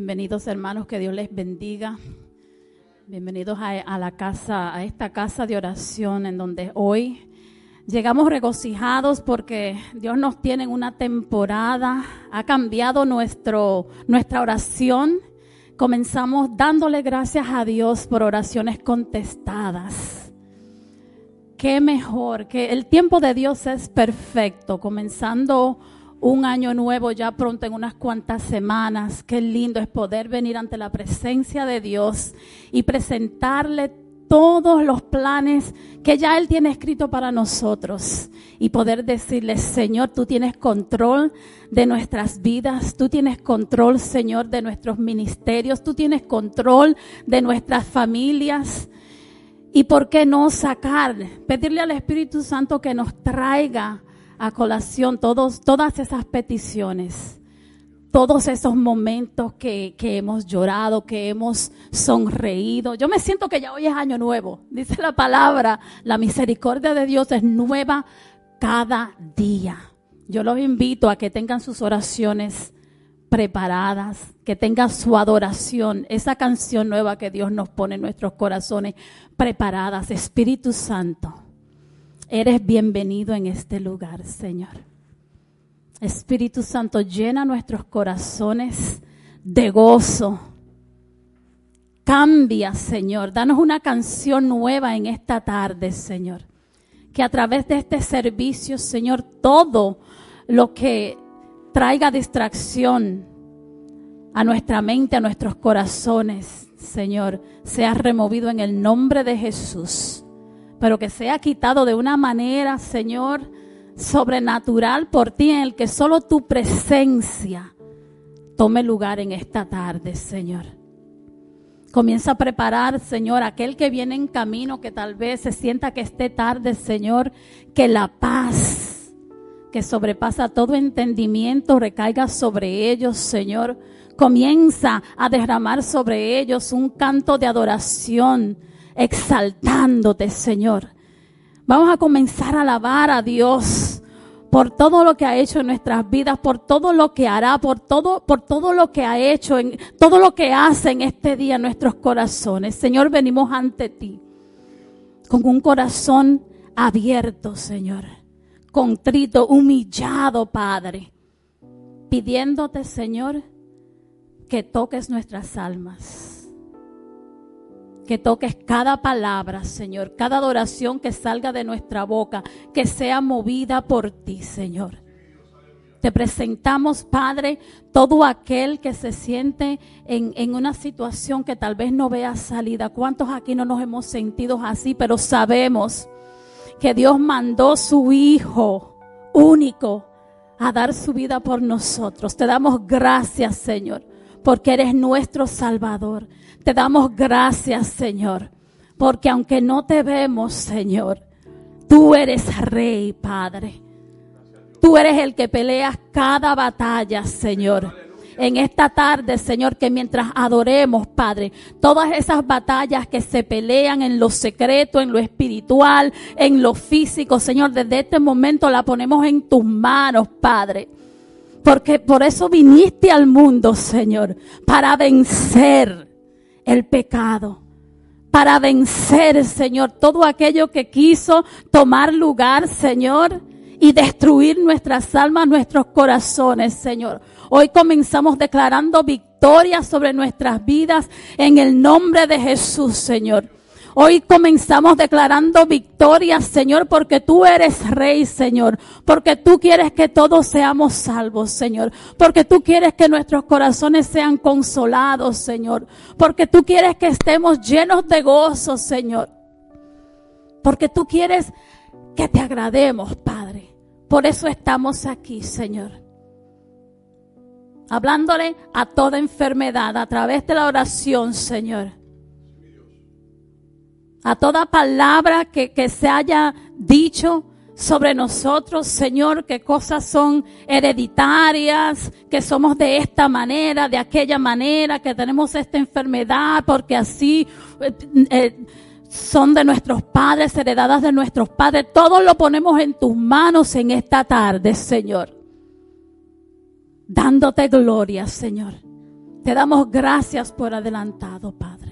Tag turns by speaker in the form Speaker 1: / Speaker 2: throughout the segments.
Speaker 1: Bienvenidos, hermanos, que Dios les bendiga. Bienvenidos a la casa, a esta casa de oración en donde hoy llegamos regocijados porque Dios nos tiene en una temporada, ha cambiado nuestra oración. Comenzamos dándole gracias a Dios por oraciones contestadas. Qué mejor, que el tiempo de Dios es perfecto, comenzando un año nuevo ya pronto en unas cuantas semanas. Qué lindo es poder venir ante la presencia de Dios y presentarle todos los planes que ya Él tiene escrito para nosotros y poder decirle: Señor, tú tienes control de nuestras vidas, tú tienes control, Señor, de nuestros ministerios, tú tienes control de nuestras familias. Y por qué no pedirle al Espíritu Santo que nos traiga a colación todas esas peticiones, todos esos momentos que hemos llorado, que hemos sonreído. Yo me siento que ya hoy es año nuevo. Dice la palabra, la misericordia de Dios es nueva cada día. Yo los invito a que tengan sus oraciones preparadas, que tengan su adoración, esa canción nueva que Dios nos pone en nuestros corazones preparadas. Espíritu Santo, eres bienvenido en este lugar, Señor. Espíritu Santo, llena nuestros corazones de gozo. Cambia, Señor. Danos una canción nueva en esta tarde, Señor. Que a través de este servicio, Señor, todo lo que traiga distracción a nuestra mente, a nuestros corazones, Señor, sea removido en el nombre de Jesús. Pero que sea quitado de una manera, Señor, sobrenatural por ti, en el que solo tu presencia tome lugar en esta tarde, Señor. Comienza a preparar, Señor, aquel que viene en camino, que tal vez se sienta que esté tarde, Señor, que la paz que sobrepasa todo entendimiento recaiga sobre ellos, Señor. Comienza a derramar sobre ellos un canto de adoración, exaltándote, Señor. Vamos a comenzar a alabar a Dios por todo lo que ha hecho en nuestras vidas, por todo lo que hará, por todo lo que ha hecho, todo lo que hace en este día en nuestros corazones. Señor, venimos ante ti con un corazón abierto, Señor, contrito, humillado, Padre, pidiéndote, Señor, que toques nuestras almas. Que toques cada palabra, Señor, cada adoración que salga de nuestra boca, que sea movida por ti, Señor. Te presentamos, Padre, todo aquel que se siente en una situación que tal vez no vea salida. ¿Cuántos aquí no nos hemos sentido así? Pero sabemos que Dios mandó su Hijo único a dar su vida por nosotros. Te damos gracias, Señor, porque eres nuestro Salvador. Te damos gracias, Señor, porque aunque no te vemos, Señor, tú eres Rey, Padre. Tú eres el que peleas cada batalla, Señor. En esta tarde, Señor, que mientras adoremos, Padre, todas esas batallas que se pelean en lo secreto, en lo espiritual, en lo físico, Señor, desde este momento la ponemos en tus manos, Padre. Porque por eso viniste al mundo, Señor, para vencer el pecado, para vencer, Señor, todo aquello que quiso tomar lugar, Señor, y destruir nuestras almas, nuestros corazones, Señor. Hoy comenzamos declarando victoria sobre nuestras vidas en el nombre de Jesús, Señor. Hoy comenzamos declarando victoria, Señor, porque tú eres Rey, Señor. Porque tú quieres que todos seamos salvos, Señor. Porque tú quieres que nuestros corazones sean consolados, Señor. Porque tú quieres que estemos llenos de gozo, Señor. Porque tú quieres que te agrademos, Padre. Por eso estamos aquí, Señor. Hablándole a toda enfermedad a través de la oración, Señor. A toda palabra que se haya dicho sobre nosotros, Señor, que cosas son hereditarias, que somos de esta manera, de aquella manera, que tenemos esta enfermedad porque así son de nuestros padres, heredadas de nuestros padres. Todo lo ponemos en tus manos en esta tarde, Señor. Dándote gloria, Señor. Te damos gracias por adelantado, Padre.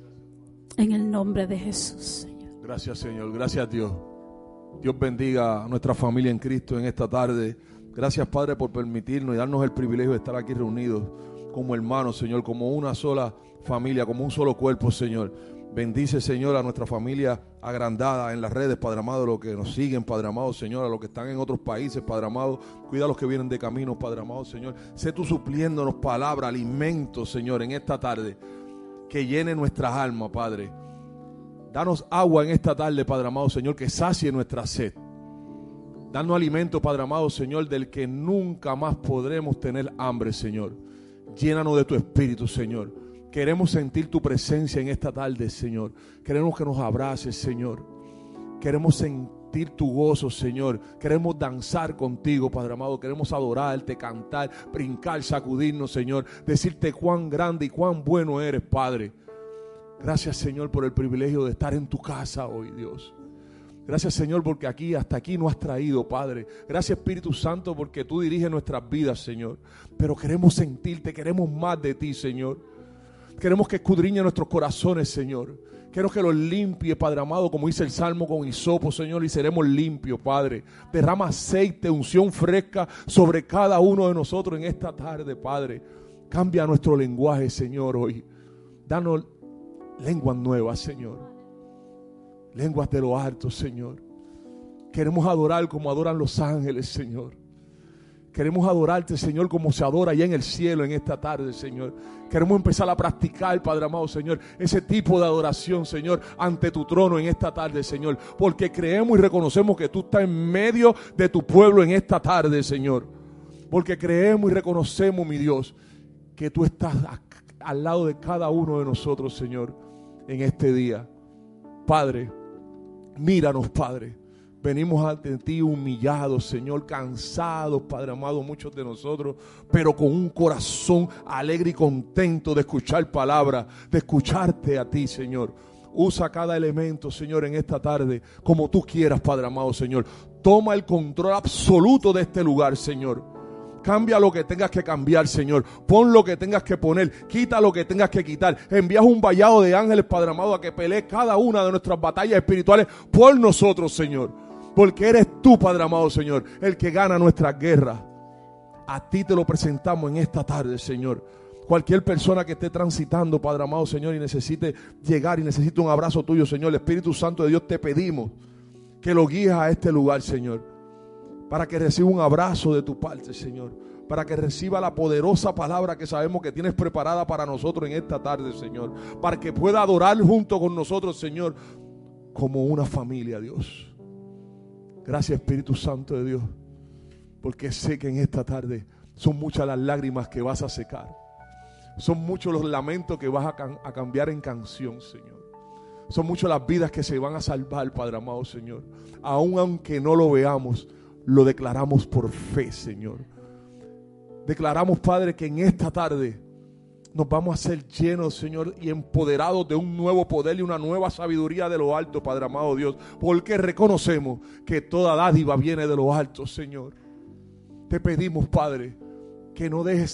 Speaker 1: En el nombre de Jesús, Señor.
Speaker 2: Gracias, Señor. Gracias, Dios. Dios bendiga a nuestra familia en Cristo en esta tarde. Gracias, Padre, por permitirnos y darnos el privilegio de estar aquí reunidos como hermanos, Señor, como una sola familia, como un solo cuerpo, Señor. Bendice, Señor, a nuestra familia agrandada en las redes, Padre amado, los que nos siguen, Padre amado, Señor, a los que están en otros países, Padre amado. Cuida a los que vienen de camino, Padre amado, Señor. Sé tú supliéndonos palabra, alimento, Señor, en esta tarde, que llene nuestras almas, Padre. Danos agua en esta tarde, Padre amado, Señor, que sacie nuestra sed. Danos alimento, Padre amado, Señor, del que nunca más podremos tener hambre, Señor. Llénanos de tu espíritu, Señor. Queremos sentir tu presencia en esta tarde, Señor. Queremos que nos abraces, Señor. Queremos sentir tu gozo, Señor. Queremos danzar contigo, Padre amado. Queremos adorarte, cantar, brincar, sacudirnos, Señor. Decirte cuán grande y cuán bueno eres, Padre. Gracias, Señor, por el privilegio de estar en tu casa hoy, Dios. Gracias, Señor, porque hasta aquí nos has traído, Padre. Gracias, Espíritu Santo, porque tú diriges nuestras vidas, Señor. Pero queremos sentirte, queremos más de ti, Señor. Queremos que escudriñe nuestros corazones, Señor. Queremos que los limpie, Padre amado, como dice el Salmo, con hisopo, Señor, y seremos limpios, Padre. Derrama aceite, unción fresca sobre cada uno de nosotros en esta tarde, Padre. Cambia nuestro lenguaje, Señor, hoy. Danos lenguas nuevas, Señor. Lenguas de lo alto, Señor. Queremos adorar como adoran los ángeles, Señor. Queremos adorarte, Señor, como se adora allá en el cielo en esta tarde, Señor. Queremos empezar a practicar, Padre amado, Señor, ese tipo de adoración, Señor, ante tu trono en esta tarde, Señor. Porque creemos y reconocemos que tú estás en medio de tu pueblo en esta tarde, Señor. Porque creemos y reconocemos, mi Dios, que tú estás al lado de cada uno de nosotros, Señor, en este día. Padre, míranos, Padre. Venimos ante ti humillados, Señor, cansados, Padre amado, muchos de nosotros, pero con un corazón alegre y contento de escuchar palabra, de escucharte a ti, Señor. Usa cada elemento, Señor, en esta tarde, como tú quieras, Padre amado, Señor. Toma el control absoluto de este lugar, Señor. Cambia lo que tengas que cambiar, Señor. Pon lo que tengas que poner. Quita lo que tengas que quitar. Envía un vallado de ángeles, Padre amado, a que pelee cada una de nuestras batallas espirituales por nosotros, Señor. Porque eres tú, Padre amado, Señor, el que gana nuestras guerras. A ti te lo presentamos en esta tarde, Señor. Cualquier persona que esté transitando, Padre amado, Señor, y necesite llegar y necesite un abrazo tuyo, Señor, el Espíritu Santo de Dios, te pedimos que lo guíes a este lugar, Señor. Para que reciba un abrazo de tu parte, Señor. Para que reciba la poderosa palabra que sabemos que tienes preparada para nosotros en esta tarde, Señor. Para que pueda adorar junto con nosotros, Señor, como una familia, Dios. Gracias, Espíritu Santo de Dios. Porque sé que en esta tarde son muchas las lágrimas que vas a secar. Son muchos los lamentos que vas a cambiar en canción, Señor. Son muchas las vidas que se van a salvar, Padre amado, Señor. Aun aunque no lo veamos, lo declaramos por fe, Señor. Declaramos, Padre, que en esta tarde nos vamos a ser llenos, Señor, y empoderados de un nuevo poder y una nueva sabiduría de lo alto, Padre amado Dios. Porque reconocemos que toda dádiva viene de lo alto, Señor. Te pedimos, Padre, que no dejes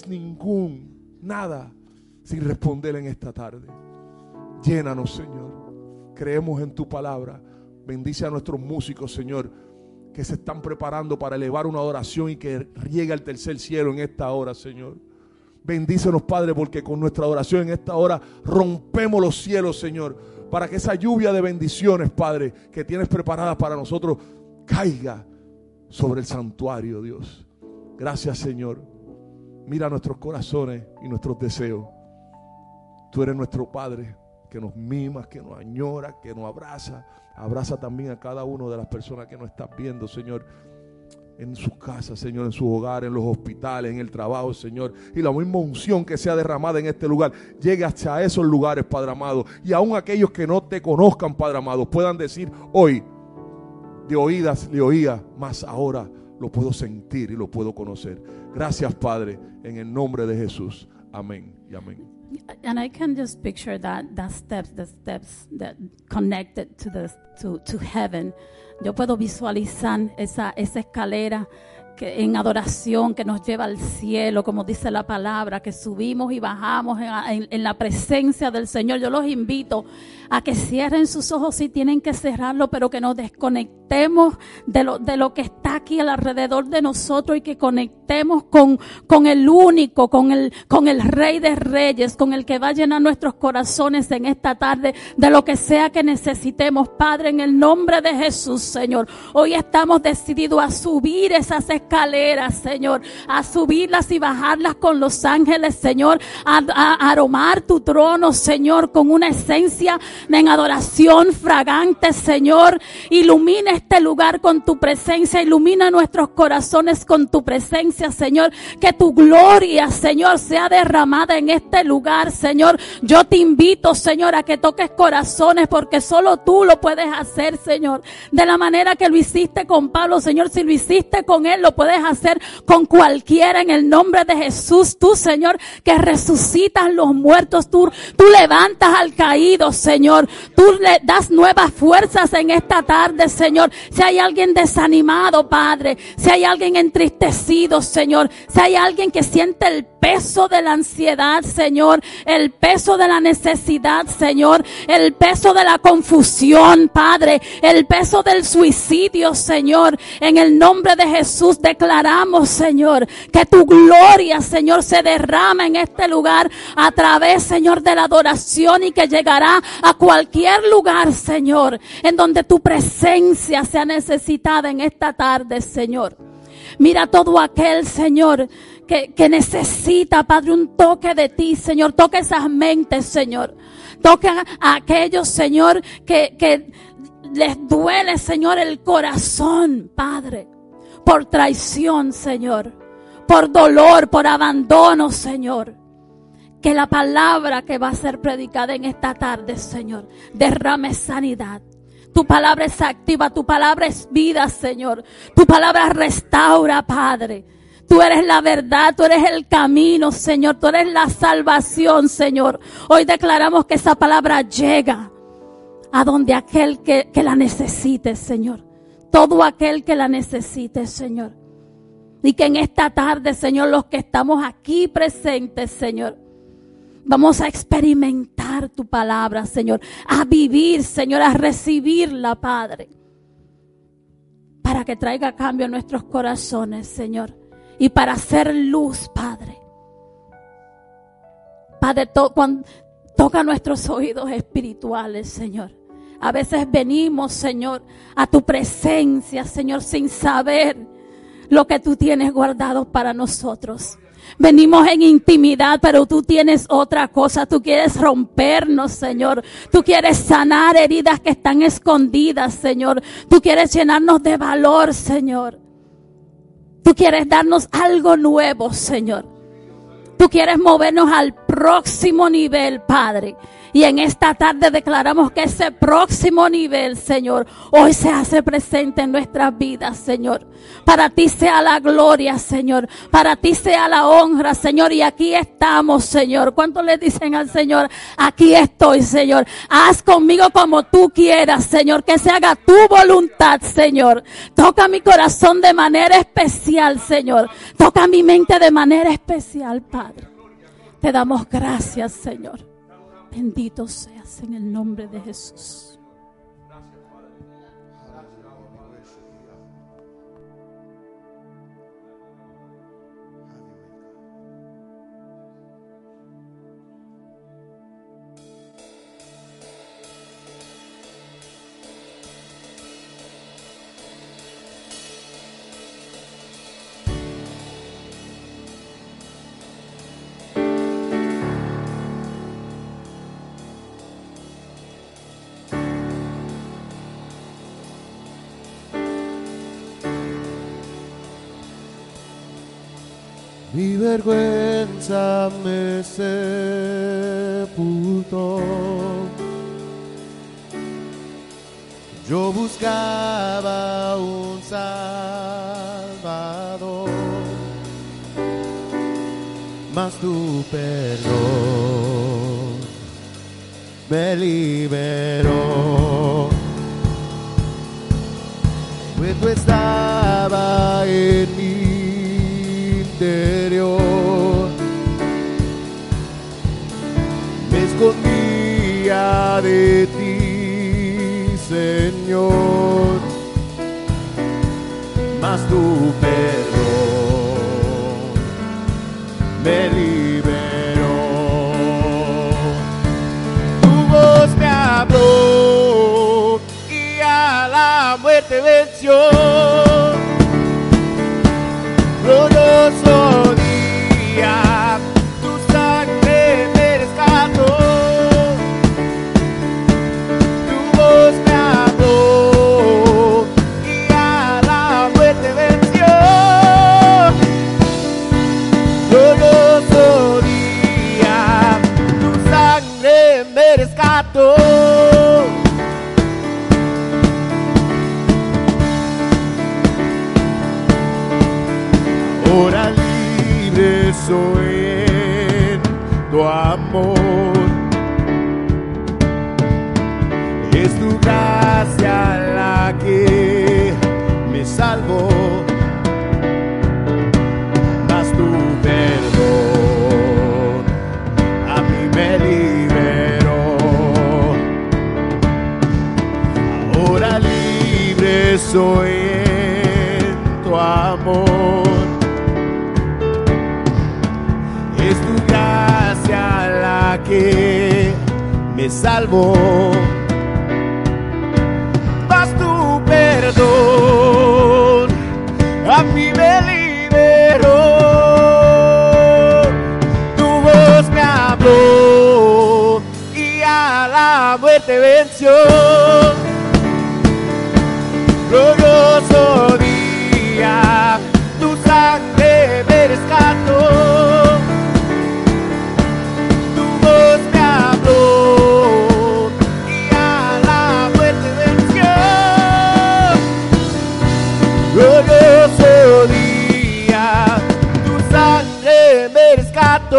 Speaker 2: nada sin responder en esta tarde. Llénanos, Señor. Creemos en tu palabra. Bendice a nuestros músicos, Señor, que se están preparando para elevar una adoración y que llegue al tercer cielo en esta hora, Señor. Bendícenos, Padre, porque con nuestra adoración en esta hora rompemos los cielos, Señor, para que esa lluvia de bendiciones, Padre, que tienes preparada para nosotros, caiga sobre el santuario, Dios. Gracias, Señor. Mira nuestros corazones y nuestros deseos. Tú eres nuestro Padre, que nos mima, que nos añora, que nos abraza. Abraza también a cada una de las personas que nos están viendo, Señor, en sus casas, Señor, en sus hogares, en los hospitales, en el trabajo, Señor. Y la misma unción que sea derramada en este lugar llegue hasta esos lugares, Padre amado. Y aún aquellos que no te conozcan, Padre amado, puedan decir hoy, de oídas le oía, mas ahora lo puedo sentir y lo puedo conocer. Gracias, Padre, en el nombre de Jesús. Amén y amén.
Speaker 1: And I can just picture the steps that connected to heaven. Yo puedo visualizar esa escalera que en adoración que nos lleva al cielo, como dice la palabra, que subimos y bajamos en la presencia del Señor. Yo los invito a que cierren sus ojos si tienen que cerrarlo, pero que nos desconectemos de lo que está aquí alrededor de nosotros y que conectemos con el único, con el Rey de Reyes, con el que va a llenar nuestros corazones en esta tarde de lo que sea que necesitemos. Padre, en el nombre de Jesús, Señor, hoy estamos decididos a subir esas escaleras, Señor, a subirlas y bajarlas con los ángeles, Señor, a aromar tu trono, Señor, con una esencia en adoración fragante, Señor. Ilumina este lugar con tu presencia, ilumina nuestros corazones con tu presencia, Señor. Que tu gloria, Señor, sea derramada en este lugar, Señor. Yo te invito, Señor, a que toques corazones, porque solo tú lo puedes hacer, Señor. De la manera que lo hiciste con Pablo, Señor, si lo hiciste con él, lo puedes hacer con cualquiera en el nombre de Jesús. Tú, Señor, que resucitas los muertos, tú levantas al caído, Señor. Tú le das nuevas fuerzas en esta tarde, Señor. Si hay alguien desanimado, Padre, si hay alguien entristecido, Señor, si hay alguien que siente el peso de la ansiedad, Señor, el peso de la necesidad, Señor, el peso de la confusión, Padre, el peso del suicidio, Señor, en el nombre de Jesús declaramos, Señor, que tu gloria, Señor, se derrama en este lugar a través, Señor, de la adoración, y que llegará a cualquier lugar, Señor, en donde tu presencia sea necesitada en esta tarde, Señor. Mira todo aquel, Señor, que necesita, Padre, un toque de ti, Señor. Toca esas mentes, Señor. Toca a aquellos, Señor, que les duele, Señor, el corazón, Padre, por traición, Señor, por dolor, por abandono, Señor. Que la palabra que va a ser predicada en esta tarde, Señor, derrame sanidad. Tu palabra es activa, tu palabra es vida, Señor. Tu palabra restaura, Padre. Tú eres la verdad, tú eres el camino, Señor. Tú eres la salvación, Señor. Hoy declaramos que esa palabra llega a donde aquel que la necesite, Señor. Todo aquel que la necesite, Señor. Y que en esta tarde, Señor, los que estamos aquí presentes, Señor, vamos a experimentar tu palabra, Señor. A vivir, Señor, a recibirla, Padre. Para que traiga cambio en nuestros corazones, Señor. Y para hacer luz, Padre. Padre, toca nuestros oídos espirituales, Señor. A veces venimos, Señor, a tu presencia, Señor, sin saber lo que tú tienes guardado para nosotros. Venimos en intimidad, pero tú tienes otra cosa. Tú quieres rompernos, Señor. Tú quieres sanar heridas que están escondidas, Señor. Tú quieres llenarnos de valor, Señor. Tú quieres darnos algo nuevo, Señor. Tú quieres movernos al próximo nivel, Padre. Y en esta tarde declaramos que ese próximo nivel, Señor, hoy se hace presente en nuestras vidas, Señor. Para ti sea la gloria, Señor. Para ti sea la honra, Señor. Y aquí estamos, Señor. ¿Cuántos le dicen al Señor? Aquí estoy, Señor. Haz conmigo como tú quieras, Señor. Que se haga tu voluntad, Señor. Toca mi corazón de manera especial, Señor. Toca mi mente de manera especial, Padre. Te damos gracias, Señor. Bendito seas en el nombre de Jesús.
Speaker 3: Mi vergüenza me sepultó. Yo buscaba un Salvador, mas tu perdón me liberó. Pues tú estabas en mí interior. Me escondía de ti, Señor, mas tu perdón me liberó. Tu voz me habló y a la muerte venció. Glorioso día, tu sangre me rescató. Tu voz me habló y a la muerte venció. Glorioso día, tu sangre me rescató. Ahora libre soy en tu amor. Es tu gracia la que me salvó, mas tu perdón a mí me liberó. Ahora libre soy en tu amor. Es tu gracia la que me salvó, mas tu perdón a mí me liberó. Tu voz me habló y a la muerte venció. Glorioso día, tu sangre me rescató. Glorioso día, tu sangre me rescató.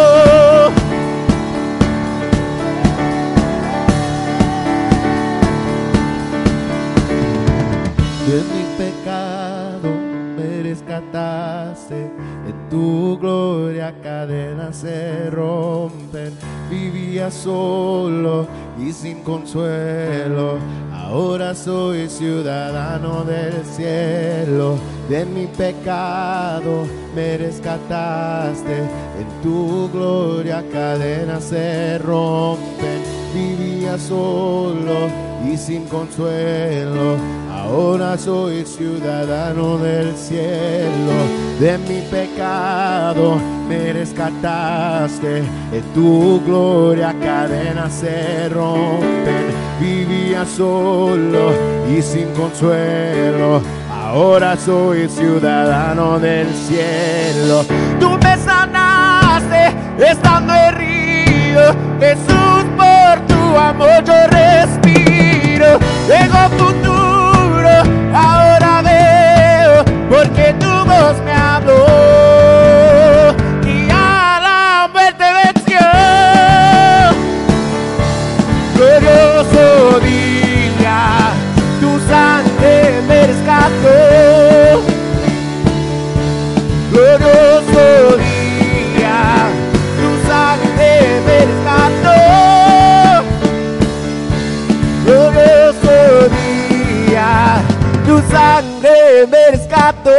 Speaker 3: De mi pecado me rescataste, en tu gloria cadenas se rompen. Vivía solo y sin consuelo, ahora soy ciudadano del cielo. De mi pecado me rescataste, en tu gloria cadenas se rompen. Vivía solo y sin consuelo, ahora soy ciudadano del cielo. De mi pecado me rescataste, en tu gloria cadenas se rompen. Vivía solo y sin consuelo, ahora soy ciudadano del cielo. Tú me sanaste estando herido, Jesús, por tu amor yo respiro. Tengo futuro, ahora veo, porque tu voz me habló y a la muerte venció. Glorioso día, tu sangre me rescató. Glorioso día, tu sangre me rescató. Glorioso día, tu sangre me rescató.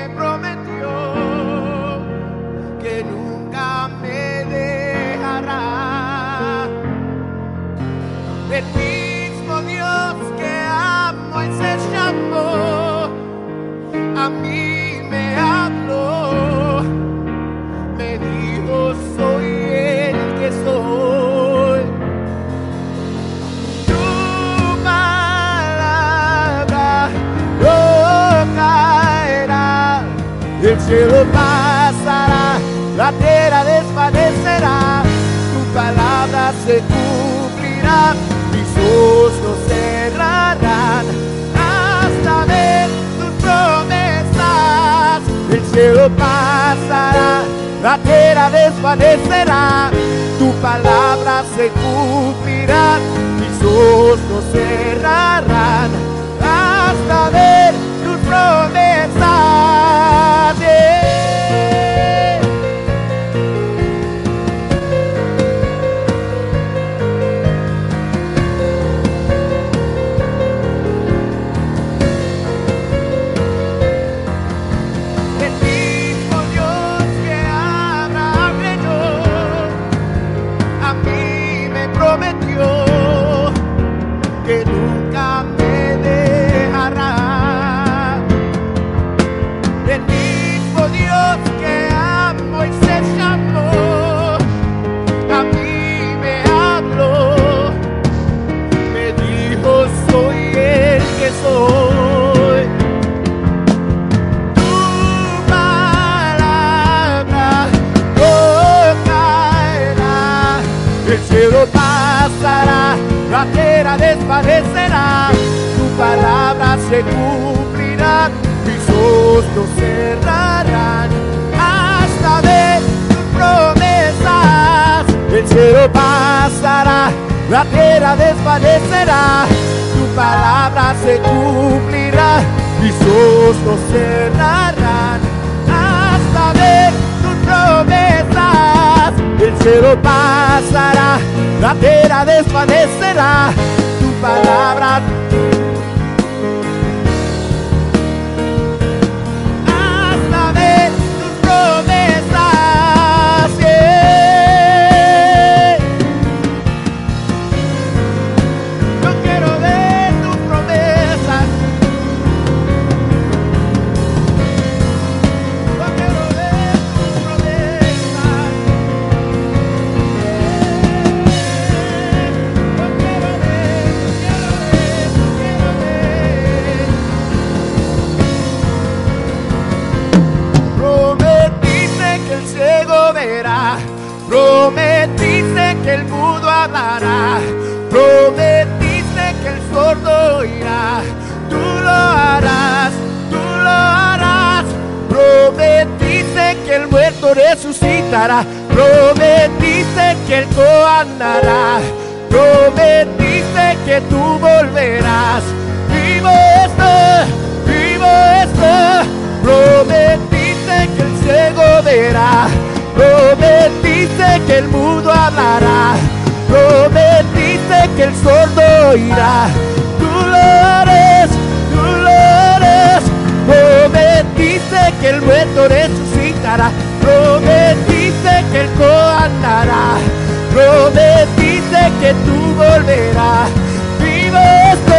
Speaker 3: me prometió que nunca me dejará. El mismo Dios que a Moisés llamó, a mí me habló, me dijo soy el que soy. Tu palabra no caerá, el cielo pasará, la tierra desvanecerá, tu palabra se cumplirá, mis ojos no cerrarán hasta ver tus promesas. El cielo pasará, la tierra desvanecerá, tu palabra se cumplirá, mis ojos no cerrarán hasta ver tus promesas. Yeah. Que nunca me dejará. El mismo Dios que a Moisés llamó, a mí me habló, me dijo soy el que soy. Tu palabra no caerá, el cielo pasará, la tierra desvanecerá, tu palabra se cumplirá, mis ojos no cerrarán hasta ver tus promesas. El cielo pasará, la tierra desvanecerá, tu palabra se cumplirá, mis ojos no cerrarán hasta ver tus promesas. El cielo pasará, la tierra desvanecerá, tu palabra hasta ver tus promesas. Yeah. Yo quiero ver tus promesas. Yo quiero ver tus promesas. Prometiste que el ciego verá, prometiste que el mudo hablará, prometiste que el sordo oirá, tú lo harás, tú lo harás. Prometiste que el muerto resucitará, prometiste que el cojo andará, prometiste que tú volverás. Vivo esto, prometiste que el ciego verá, prometiste que el mudo hablará, prometiste que el sordo oirá, tú lo harás, tú lo harás. Prometiste que el muerto resucitará, prometiste que el cojo andará, prometiste que tú volverás. Vivo esto,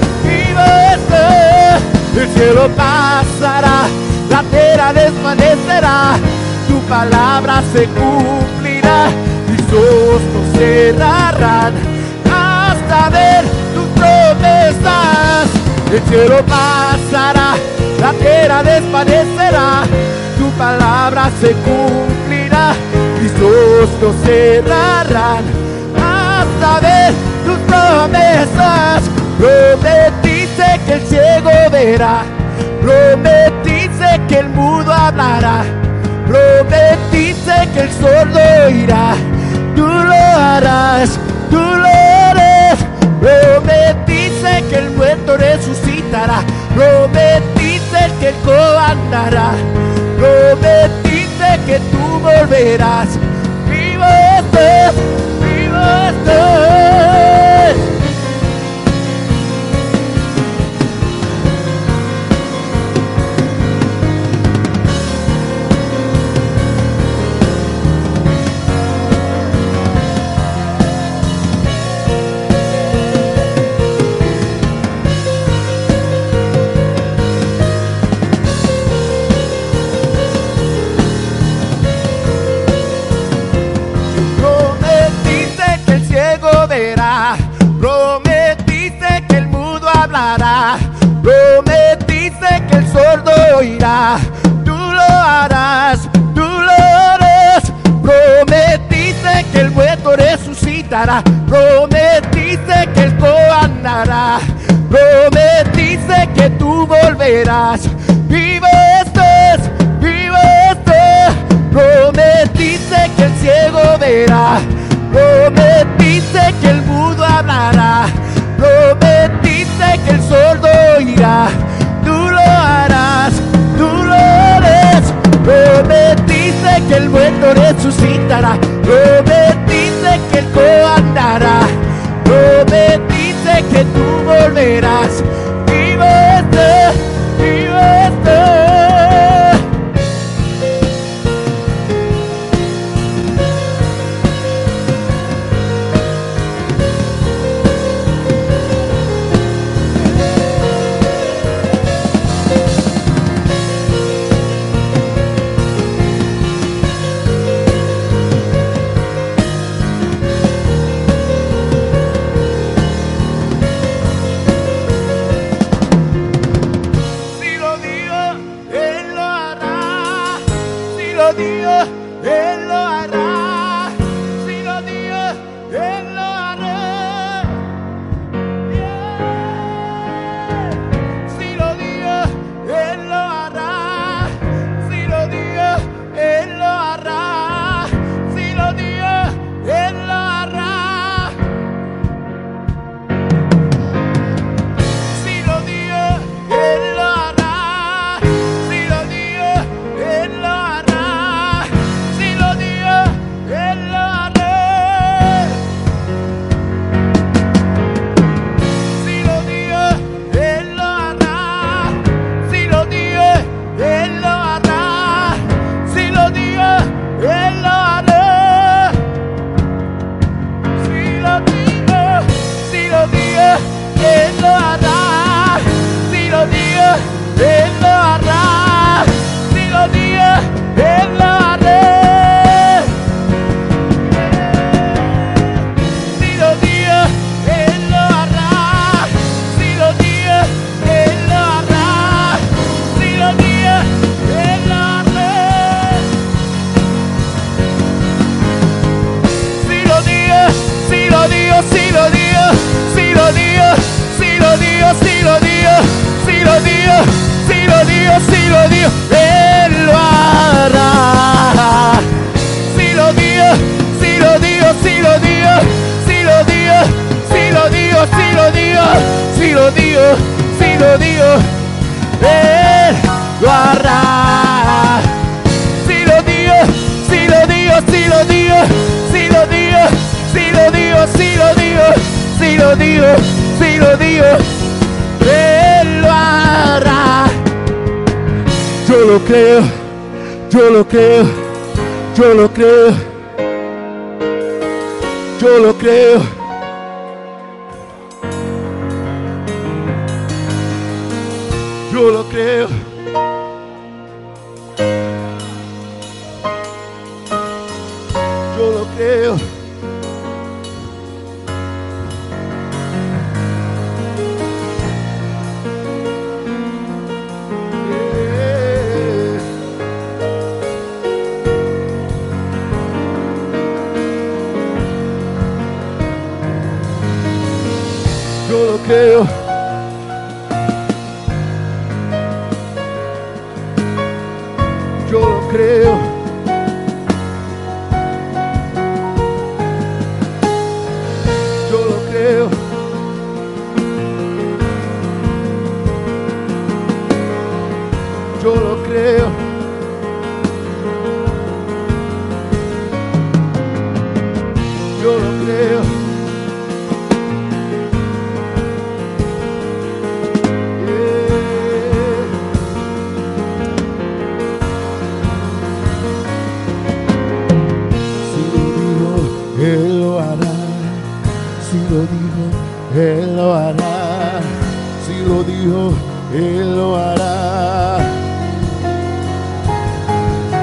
Speaker 3: el cielo pasará, la tierra desvanecerá, tu palabra se cumplirá, mis ojos no cerrarán hasta ver tus promesas. El cielo pasará, la tierra desvanecerá, tu palabra se cumplirá, mis ojos no cerrarán hasta ver tus promesas. Prometiste que el ciego verá, prometiste que el mudo hablará, prometiste que el sordo oirá, tú lo harás, tú lo harás. Prometiste que el muerto resucitará, prometiste que el cojo andará, prometiste que tú volverás. Vivo estoy, vivo estoy. volverá. Prometiste que el mudo hablará. Prometiste que el sordo oirá. Tú lo harás, tú lo harás. Prometiste que el muerto resucitará. Prometiste que el cojo andará. Prometiste que tú volverás. Vivo estás, vivo estás. Prometiste que el ciego verá. Prometiste que el mudo hablará. Prometiste que el sordo oirá. Tú lo harás, tú lo harás. Prometiste que el muerto resucitará. Prometiste que el cojo andará. Prometiste que tú volverás. Vivo estás, vivo estás.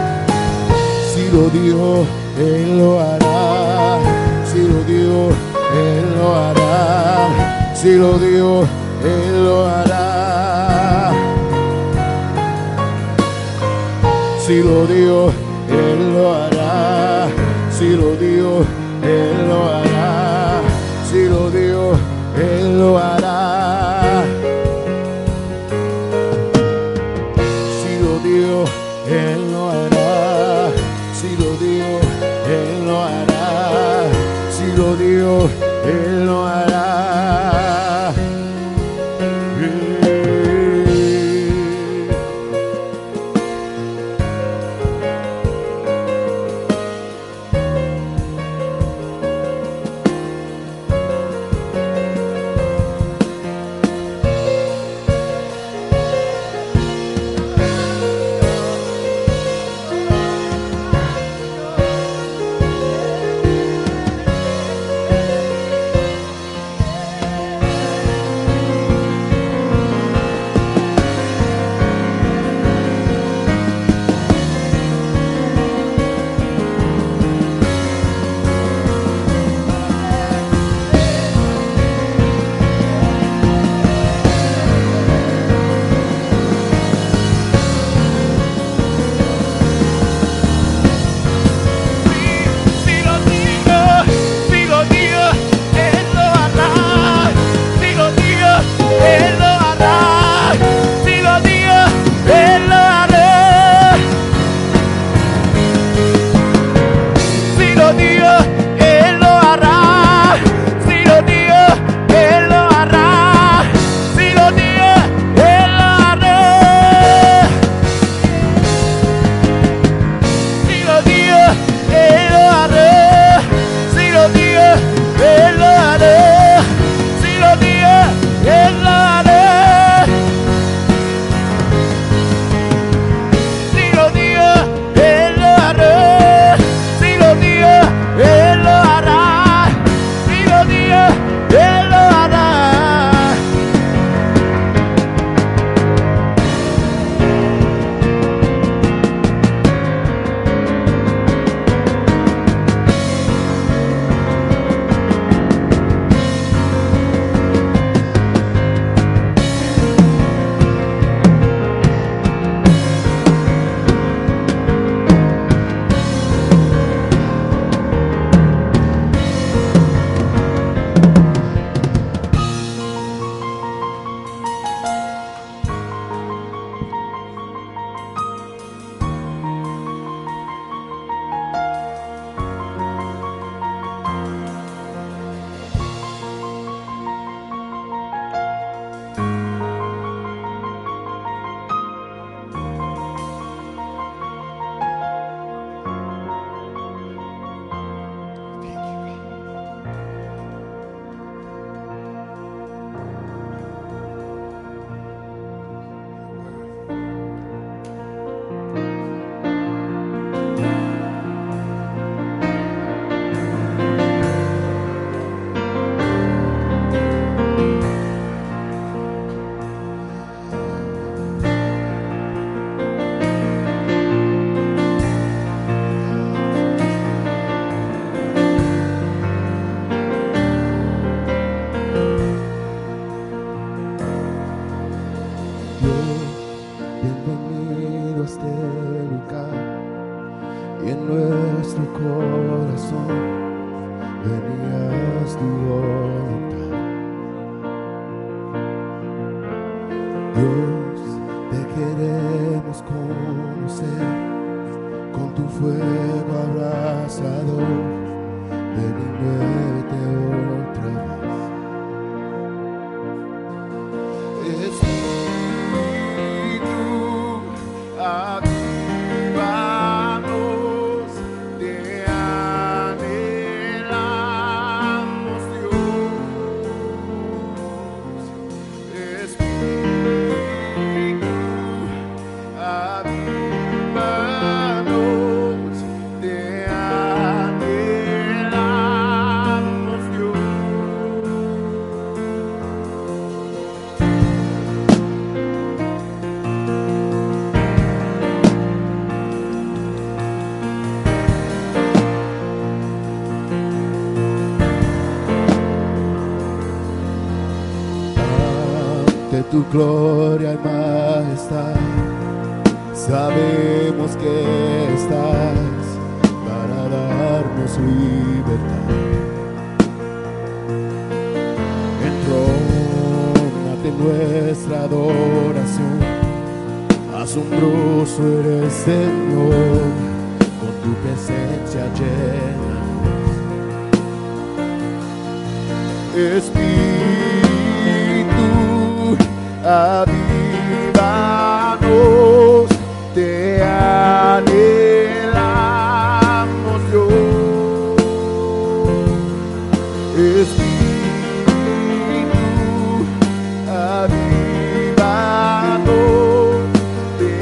Speaker 3: Él lo hará. Si lo dijo, Él lo hará. Si lo dijo, Él lo hará. Si lo dijo, Él lo hará. Si lo dijo, Él lo hará. Si lo dijo, Él lo hará. Si lo dijo, Él lo hará. Si lo dijo, Él lo hará. Si lo dijo, Él lo hará. tu gloria y majestad. Sabemos que estás para darnos libertad. Entrónate en nuestra adoración. Asombroso eres, Señor, con tu presencia llena. Espíritu, avívanos, te anhelamos, Dios. Espíritu, avívanos, te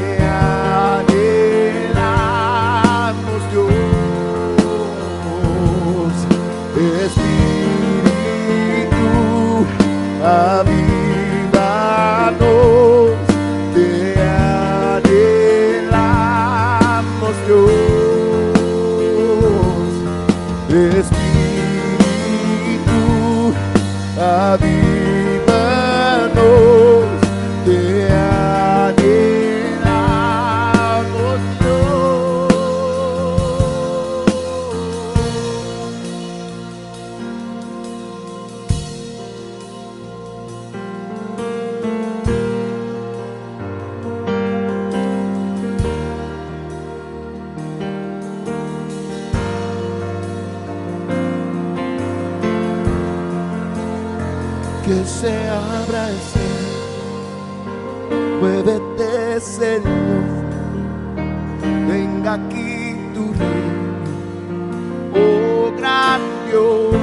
Speaker 3: anhelamos, Dios. Espíritu, avívanos, te anhelamos, Dios. Espíritu, avívanos, te anhelamos, Dios. Que se abra el cielo, muévete, Señor, venga aquí tu reino, oh gran Dios.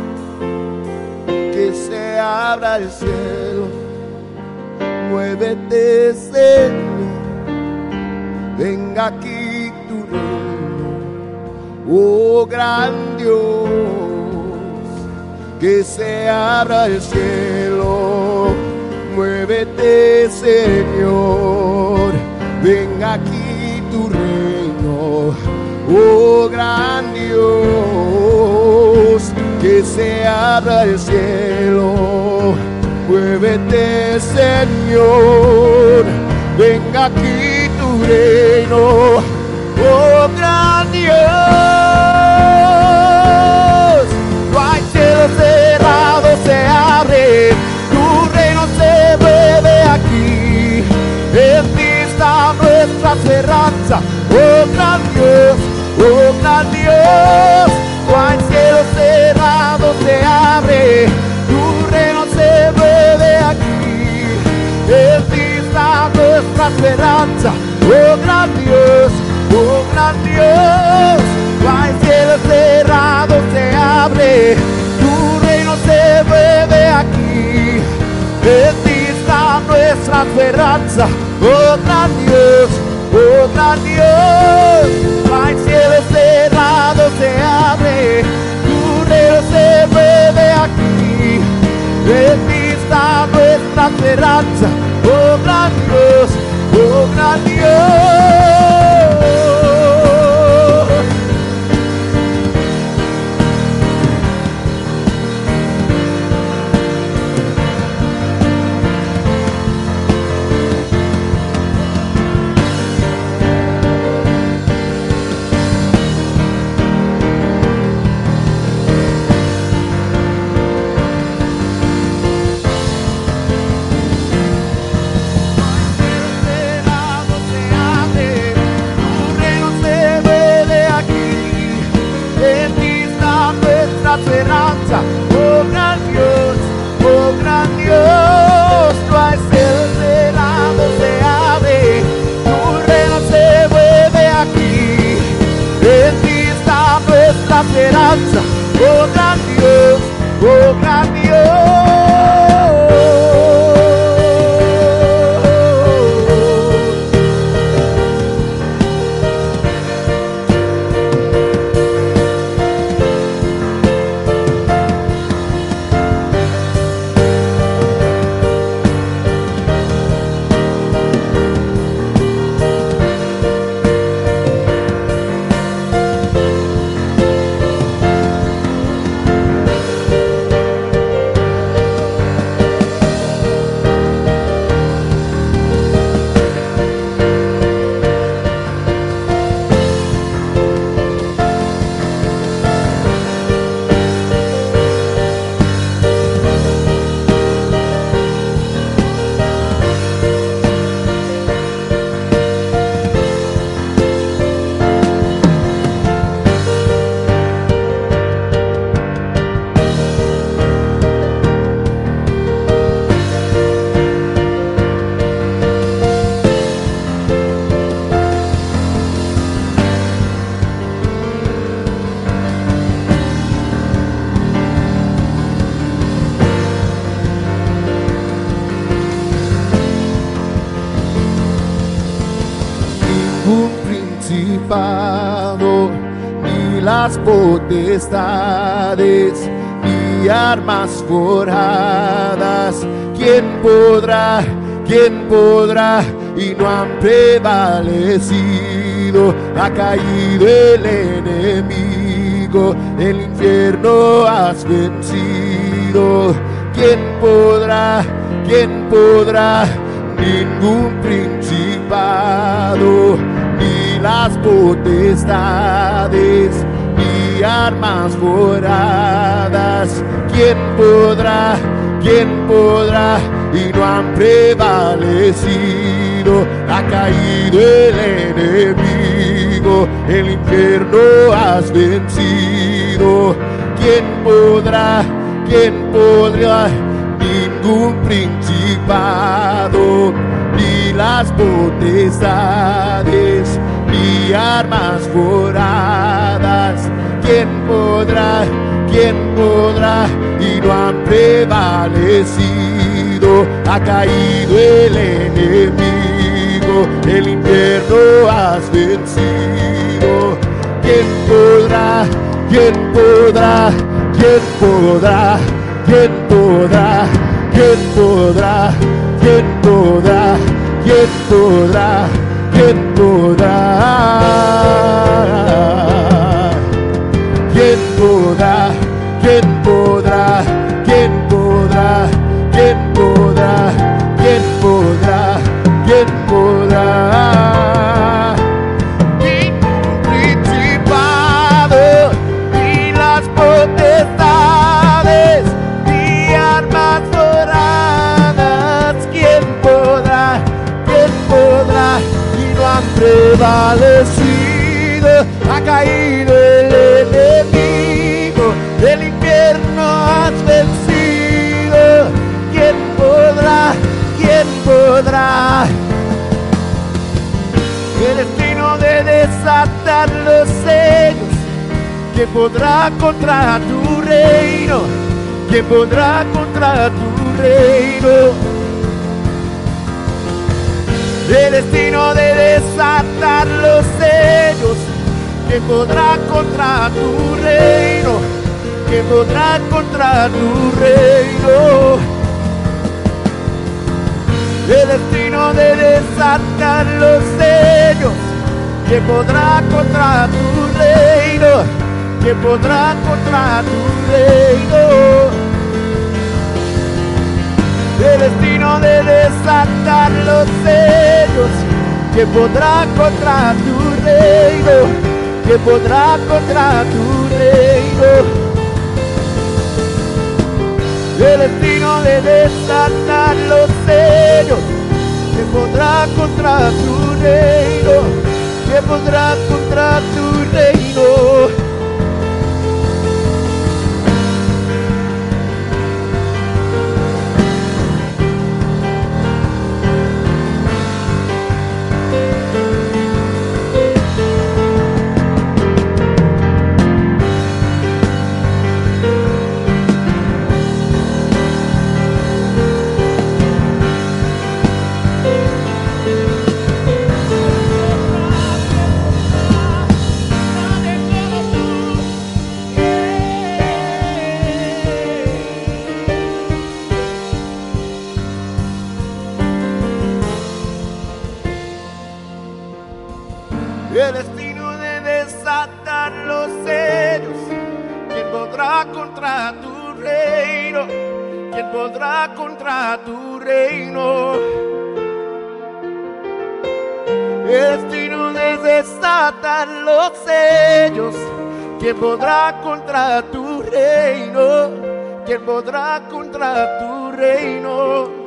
Speaker 3: Que se abra el cielo, muévete, Señor, venga aquí tu reino, oh gran Dios. Que se abra el cielo, muévete, Señor, venga aquí tu reino, oh gran Dios. Que se abra el cielo, muévete, Señor, venga aquí tu reino, oh gran Dios. Cerrado se abre, tu reino se mueve aquí. En ti está nuestra esperanza, oh gran Dios, oh gran Dios. No hay cielo cerrado se abre, tu reino se mueve aquí. En ti está nuestra esperanza, oh gran Dios, oh gran Dios. No hay cielo cerrado se abre, se mueve aquí. En ti está nuestra esperanza, oh gran Dios, oh gran Dios. No hay cielo cerrado se abre, tu reino se mueve aquí. En ti está nuestra esperanza, oh gran Dios, oh gran Dios. Esperanza, oh gran Dios, oh gran Dios. No hay cielo cerrado se abre, tu reino se mueve aquí. En ti está nuestra esperanza, oh gran Dios, oh gran Dios. ningún principado, ni las potestades, ni armas forjadas. ¿Quién podrá? ¿Quién podrá? Y no han prevalecido. Ha caído el enemigo, el infierno has vencido. ¿Quién podrá? ¿Quién podrá? Ningún principado, ni las potestades, ni armas forjadas. ¿Quién podrá? ¿Quién podrá? Y no han prevalecido. Ha caído el enemigo, el infierno has vencido. ¿Quién podrá? ¿Quién podrá? Ningún principado, ni las potestades, ni armas forjadas. ¿Quién podrá? ¿Quién podrá? Y no han prevalecido. Ha caído el enemigo, el infierno has vencido. ¿Quién podrá? ¿Quién podrá? ¿Quién podrá? ¿Quién podrá? ¿Quién podrá? ¿Quién podrá? ¿Quién podrá? ¿Quién podrá? ¿Quién podrá? ¿Quién podrá? ¿Quién podrá? ¿Quién podrá? ¿Quién podrá? ¿Quién podrá? Ningún principado, ni las potestades, ni armas forjadas. ¿Quién podrá? ¿Quién podrá? Y no han prevalecido. Ha caído el enemigo, el infierno has vencido. ¿Quién podrá? ¿Quién podrá? El destino de desatar los sellos. ¿Quién podrá contra tu reino? ¿Quién podrá contra tu reino? El destino de desatar los sellos. ¿Quién podrá contra tu reino? ¿Quién podrá contra tu reino? El destino de desatar los sellos. ¿Quién podrá contra tu reino? ¿Quién podrá contra tu reino? El destino de desatar los sellos. ¿Quién podrá contra tu reino? ¿Quién podrá contra tu reino? El destino de desatar los sellos. ¿Quién podrá contra tu reino? ¿Quién podrá contra tu reino? El destino de desatar los sellos. ¿Quién podrá contra tu reino? ¿Quién podrá contra tu reino? El destino de desatar los sellos. ¿Quién podrá contra tu reino? ¿Quién podrá contra tu reino?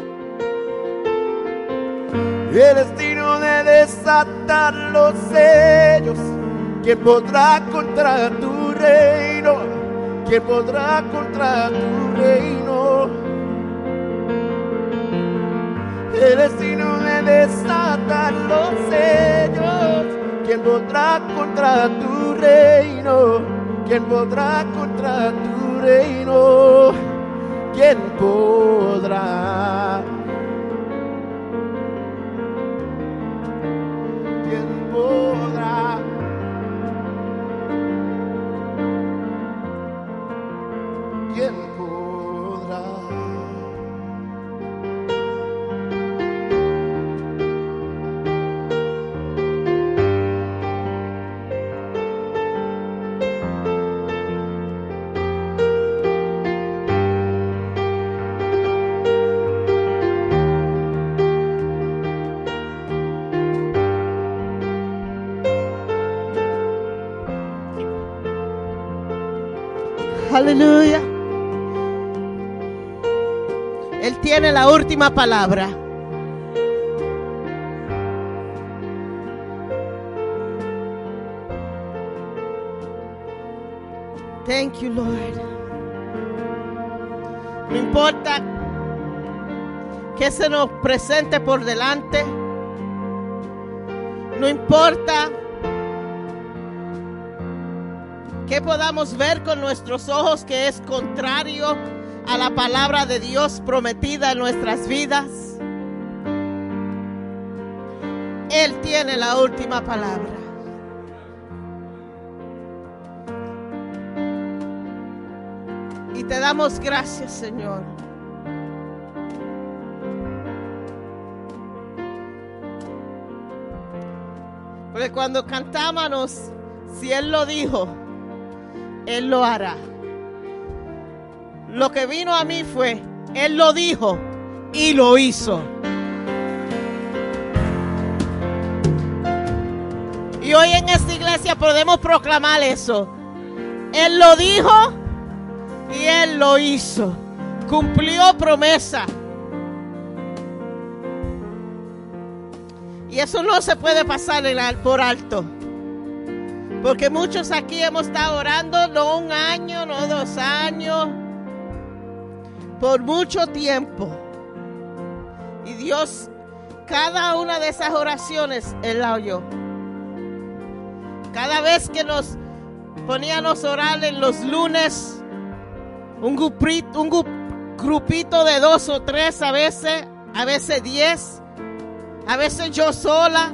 Speaker 3: El destino de desatar los sellos. ¿Quién podrá contra tu reino? ¿Quién podrá contra tu reino? El destino de desatar los sellos. ¿Quién podrá contra tu reino? ¿Quién podrá contra tu reino? ¿Quién podrá? ¿Quién
Speaker 4: Aleluya. Él tiene la última palabra. Thank you, Lord. No importa que se nos presente por delante. No importa que podamos ver con nuestros ojos que es contrario a la palabra de Dios prometida en nuestras vidas. Él tiene la última palabra. Y te damos gracias, Señor. Porque cuando cantábamos, si Él lo dijo, Él lo hará. Lo que vino a mí fue, Él lo dijo y lo hizo. Y hoy en esta iglesia podemos proclamar eso. Él lo dijo y Él lo hizo. Cumplió promesa. Y eso no se puede pasar por alto. Porque muchos aquí hemos estado orando, no 1 año, no 2 años, por mucho tiempo. Y Dios, cada una de esas oraciones, Él la oyó. Cada vez que nos poníamos a orar en los lunes, un grupito de 2 o 3 a veces 10, a veces yo sola,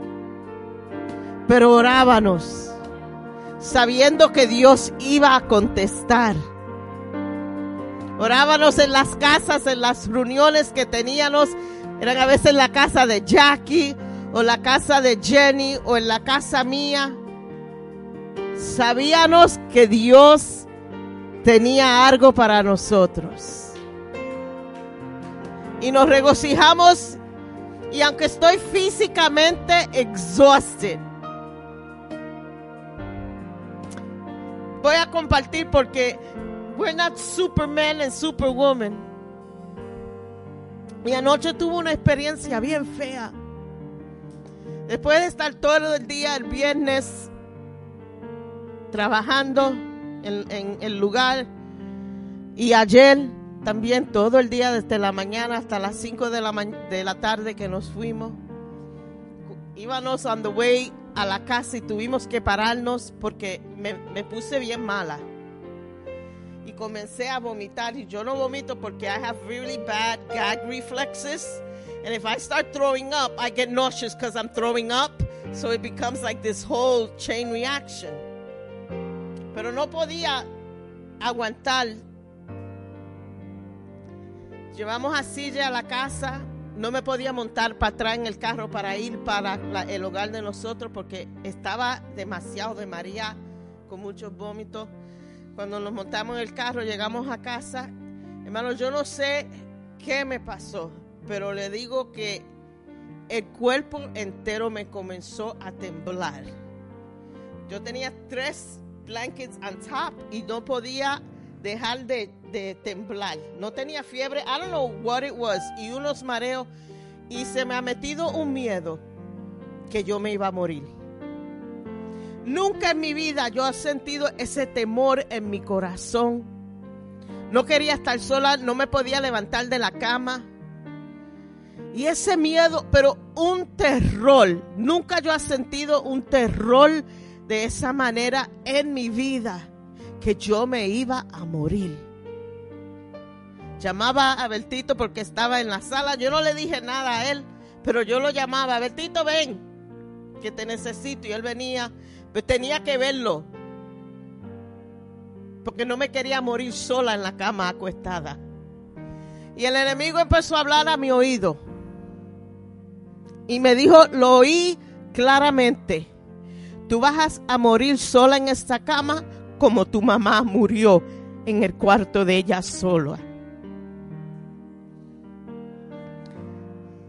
Speaker 4: pero orábamos sabiendo que Dios iba a contestar. Orábamos en las casas, en las reuniones que teníamos, eran a veces en la casa de Jackie, o la casa de Jenny, o en la casa mía. Sabíamos que Dios tenía algo para nosotros. Y nos regocijamos, y aunque estoy físicamente exhausted, voy a compartir porque we're not Superman and Superwoman. Y anoche tuve una experiencia bien fea. Después de estar todo el día el viernes trabajando en el lugar, y ayer también todo el día desde la mañana hasta las 5 de la tarde que nos fuimos, íbamos on the way a la casa y tuvimos que pararnos porque me puse bien mala y comencé a vomitar. Y yo no vomito porque I have really bad gag reflexes, and if I start throwing up I get nauseous because I'm throwing up, so it becomes like this whole chain reaction. Pero no podía aguantar. Llevamos a Silla a la casa. No me podía montar para atrás en el carro para ir para el hogar de nosotros porque estaba demasiado de María, con muchos vómitos. Cuando nos montamos en el carro, llegamos a casa. Hermano, yo no sé qué me pasó, pero le digo que el cuerpo entero me comenzó a temblar. Yo tenía 3 blankets on top y no podía dejar de temblar. No tenía fiebre, I don't know what it was, y unos mareos, y se me ha metido un miedo que yo me iba a morir. Nunca en mi vida yo he sentido ese temor en mi corazón. No quería estar sola, no me podía levantar de la cama. Y ese miedo, pero un terror. Nunca yo he sentido un terror de esa manera en mi vida, que yo me iba a morir. Llamaba a Bertito porque estaba en la sala. Yo no le dije nada a él, pero yo lo llamaba. Bertito, ven, que te necesito. Y él venía, pero tenía que verlo, porque no me quería morir sola en la cama acostada. Y el enemigo empezó a hablar a mi oído y me dijo, lo oí claramente: tú vas a morir sola en esta cama como tu mamá murió en el cuarto de ella sola.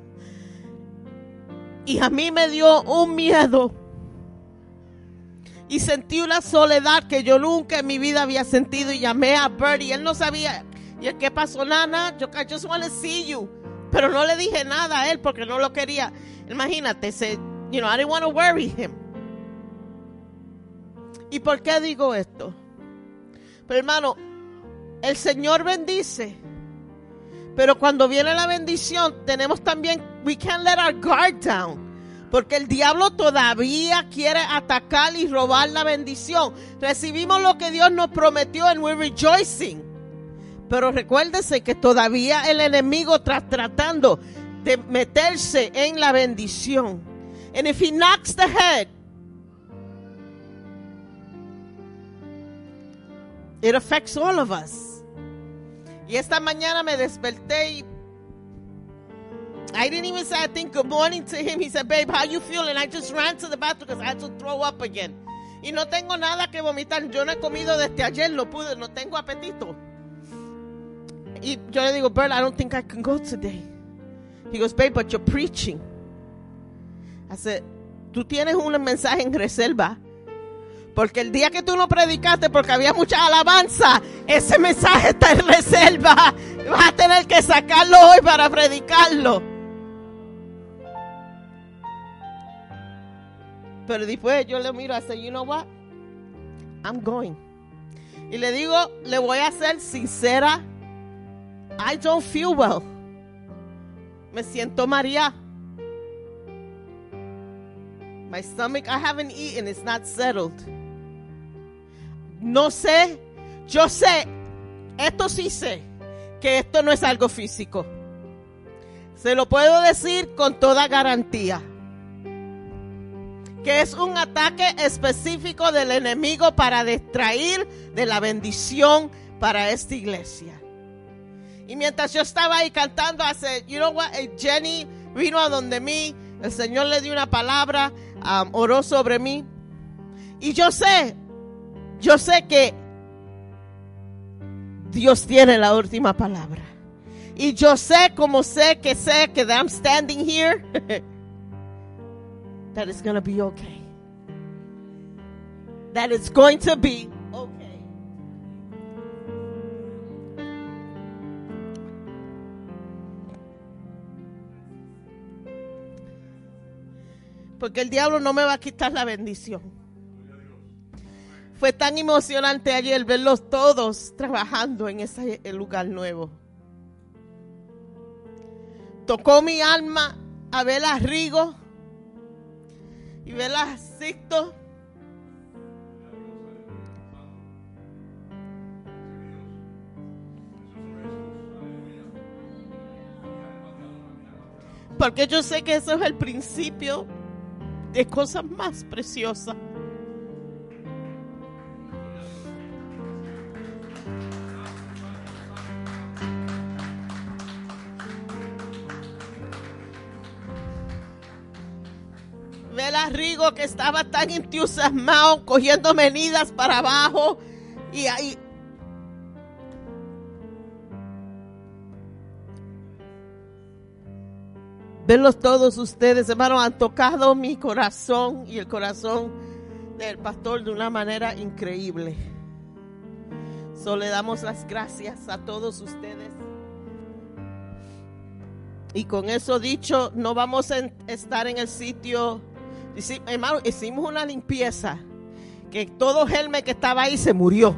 Speaker 4: Y a mí me dio un miedo. y sentí una soledad que yo nunca en mi vida había sentido, y llamé a Bert y él no sabía. ¿Y el qué pasó, Nana? I just want to see you. Pero no le dije nada a él porque no lo quería. Imagínate, I didn't want to worry him. ¿Y por qué digo esto? Pero hermano, el Señor bendice. Pero cuando viene la bendición, tenemos también, we can't let our guard down. Porque el diablo todavía quiere atacar y robar la bendición. Recibimos lo que Dios nos prometió and we're rejoicing. Pero recuérdese que todavía el enemigo está tratando de meterse en la bendición. And if he knocks the head, it affects all of us. Y esta mañana me desperté y I didn't even say, I think, good morning to him. He said, babe, how you feeling? I just ran to the bathroom because I had to throw up again. Y no tengo nada que vomitar. Yo no he comido desde ayer, no tengo apetito. Y yo le digo, Bert, I don't think I can go today. He goes, babe, but you're preaching. I said, tú tienes un mensaje en reserva. Porque el día que tú no predicaste, porque había mucha alabanza, ese mensaje está en reserva. Vas a tener que sacarlo hoy para predicarlo. Pero después yo le miro y digo, you know what? I'm going. Y le digo, le voy a ser sincera. I don't feel well. Me siento mareada. My stomach, I haven't eaten, it's not settled. No sé, yo sé, esto sí sé, que esto no es algo físico. Se lo puedo decir con toda garantía. Que es un ataque específico del enemigo para distraer de la bendición para esta iglesia. Y mientras yo estaba ahí cantando, hace, you know what, Jenny vino a donde mí, el Señor le dio una palabra, oró sobre mí. Y yo sé que Dios tiene la última palabra. Y yo sé que I'm standing here, that it's going to be okay. That it's going to be okay. Porque el diablo no me va a quitar la bendición. Fue tan emocionante ayer verlos todos trabajando en ese lugar nuevo. Tocó mi alma a ver a Rigo y ver a Sixto. Porque yo sé que eso es el principio de cosas más preciosas. Ver a Rigo que estaba tan entusiasmado, cogiendo medidas para abajo, y ahí verlos todos ustedes, hermanos, han tocado mi corazón y el corazón del pastor de una manera increíble. Le damos las gracias a todos ustedes. Y con eso dicho, no vamos a estar en el sitio. Hermano, hicimos una limpieza que todo germen que estaba ahí se murió.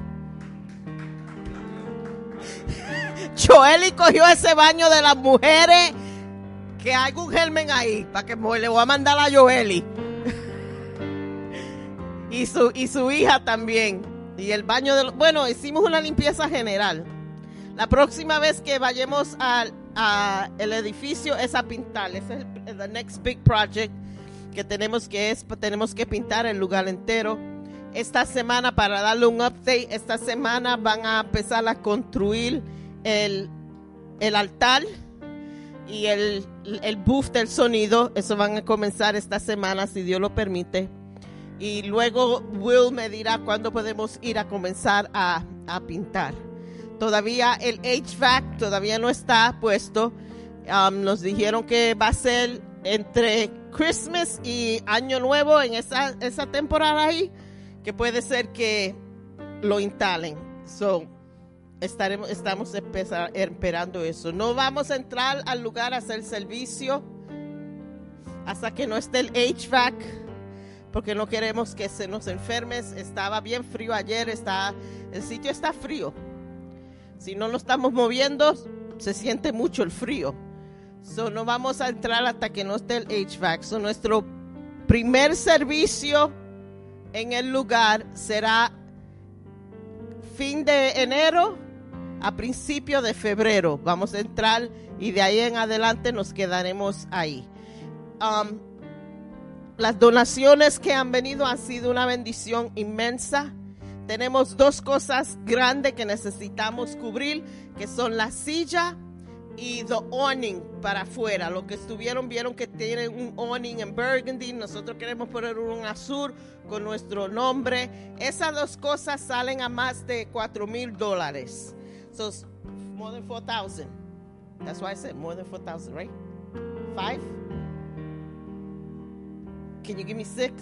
Speaker 4: Joeli cogió ese baño de las mujeres, que hay un germen ahí, para que le voy a mandar a Joeli. y su hija también. Y el baño bueno, hicimos una limpieza general. La próxima vez que vayamos a el edificio es a pintar. Ese es the next big project que tenemos que pintar el lugar entero. Esta semana, para darle un update, esta semana van a empezar a construir el altar y el booth del sonido. Eso van a comenzar esta semana, si Dios lo permite. Y luego Will me dirá cuándo podemos ir a comenzar a pintar. Todavía el HVAC todavía no está puesto. Nos dijeron que va a ser entre Christmas y Año Nuevo, en esa temporada ahí, que puede ser que lo instalen. So, estamos esperando eso. No vamos a entrar al lugar a hacer servicio hasta que no esté el HVAC, porque no queremos que se nos enfermes. Estaba bien frío ayer, el sitio está frío. Si no lo estamos moviendo, se siente mucho el frío. So, no vamos a entrar hasta que no esté el HVAC. So, nuestro primer servicio en el lugar será fin de enero a principio de febrero. Vamos a entrar y de ahí en adelante nos quedaremos ahí. Las donaciones que han venido han sido una bendición inmensa. Tenemos dos cosas grandes que necesitamos cubrir, que son la silla y the awning para afuera. Los que vieron que tienen un awning en burgundy. Nosotros queremos poner un azul con nuestro nombre. Esas dos cosas salen a más de $4,000. So more than 4,000. That's why I said more than 4,000, right? 5? Can you give me 6?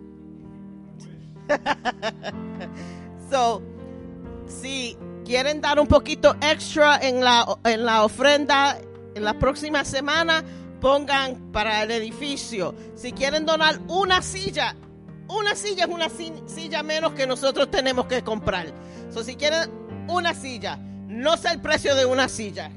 Speaker 4: So, si quieren dar un poquito extra en la ofrenda en la próxima semana, pongan para el edificio. Si quieren donar una silla es una silla menos que nosotros tenemos que comprar. So, si quieren una silla, no sé el precio de una silla.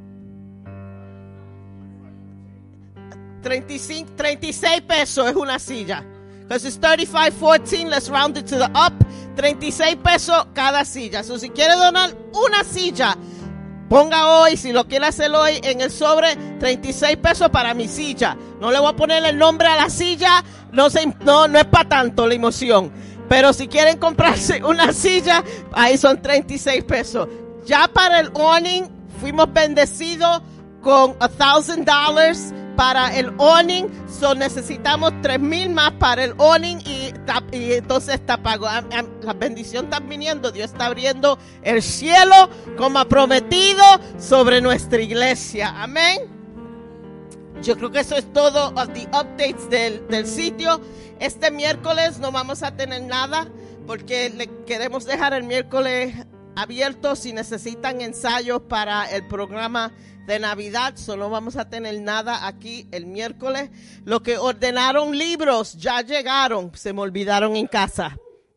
Speaker 4: 36 pesos es una silla. Because it's 35.14, let's round it to the up. 36 pesos cada silla. So, si quiere donar una silla, ponga hoy, si lo quiere hacer hoy, en el sobre, 36 pesos para mi silla. No le voy a poner el nombre a la silla, no es para tanto la emoción. Pero si quieren comprarse una silla, ahí son 36 pesos. Ya para el awning, fuimos bendecidos con $1,000 para el awning. So necesitamos 3,000 más para el awning y entonces está pago. La bendición está viniendo. Dios está abriendo el cielo como ha prometido sobre nuestra iglesia. Amén. Yo creo que eso es todo of the updates del sitio. Este miércoles no vamos a tener nada porque le queremos dejar el miércoles abierto. Si necesitan ensayos para el programa de Navidad, solo vamos a tener nada aquí el miércoles. Lo que ordenaron libros ya llegaron, se me olvidaron en casa.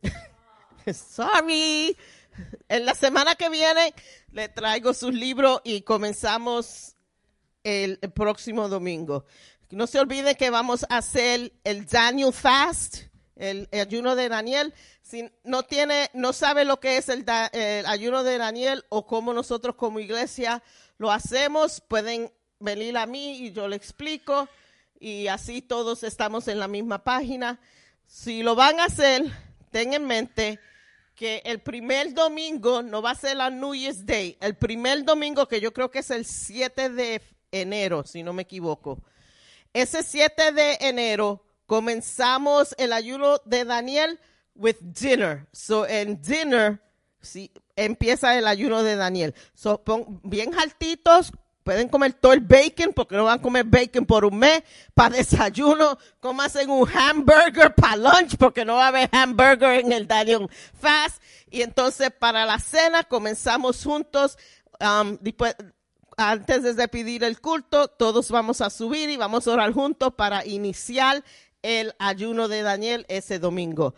Speaker 4: Sorry. En la semana que viene le traigo sus libros y comenzamos el próximo domingo. No se olvide que vamos a hacer el Daniel Fast, el ayuno de Daniel. Si no sabe lo que es el ayuno de Daniel o cómo nosotros como iglesia lo hacemos, pueden venir a mí y yo le explico y así todos estamos en la misma página. Si lo van a hacer, ten en mente que el primer domingo no va a ser la New Year's Day. El primer domingo, que yo creo que es el 7 de enero, si no me equivoco. Ese 7 de enero comenzamos el ayuno de Daniel with dinner. So en dinner empieza el ayuno de Daniel. So bien altitos, pueden comer todo el bacon porque no van a comer bacon por un mes. Para desayuno, coman un hamburger para lunch porque no va a haber hamburger en el Daniel Fast. Y entonces para la cena comenzamos juntos. Después, antes de pedir el culto, todos vamos a subir y vamos a orar juntos para iniciar el ayuno de Daniel ese domingo.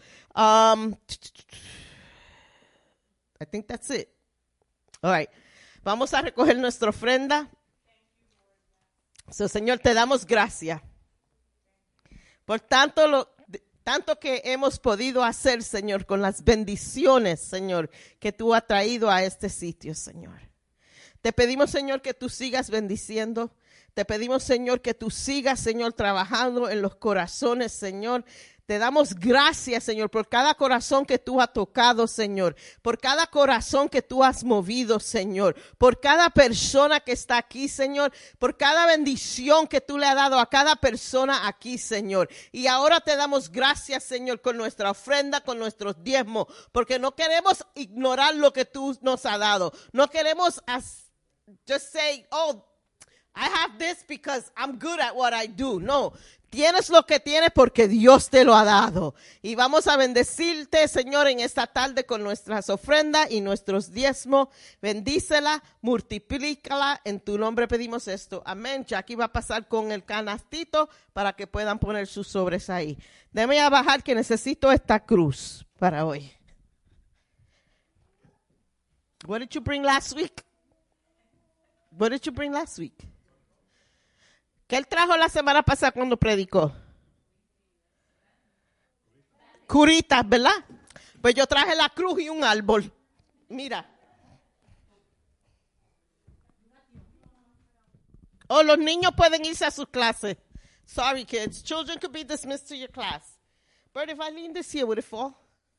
Speaker 4: I think that's it. All right. Vamos a recoger nuestra ofrenda. So, Señor, te damos gracias por tanto que hemos podido hacer, Señor, con las bendiciones, Señor, que tú has traído a este sitio, Señor. Te pedimos, Señor, que tú sigas bendiciendo. Te pedimos, Señor, que tú sigas, Señor, trabajando en los corazones, Señor. Te damos gracias, Señor, por cada corazón que tú has tocado, Señor. Por cada corazón que tú has movido, Señor. Por cada persona que está aquí, Señor. Por cada bendición que tú le has dado a cada persona aquí, Señor. Y ahora te damos gracias, Señor, con nuestra ofrenda, con nuestros diezmos. Porque no queremos ignorar lo que tú nos has dado. No queremos just say, oh, I have this because I'm good at what I do. No, Tienes lo que tienes porque Dios te lo ha dado. Y vamos a bendecirte, Señor, en esta tarde con nuestras ofrendas y nuestros diezmos. Bendícela, multiplícala. En tu nombre pedimos esto. Amén. Jackie va a pasar con el canastito para que puedan poner sus sobres ahí. Déjame a bajar que necesito esta cruz para hoy. What did you bring last week? What did you bring last week? ¿Qué él trajo la semana pasada cuando predicó? Curitas, ¿verdad? Pues yo traje la cruz y un árbol. Mira. Oh, los niños pueden irse a sus clases. Sorry, kids. Children could be dismissed to your class. Bert, if I lean this here, would it fall?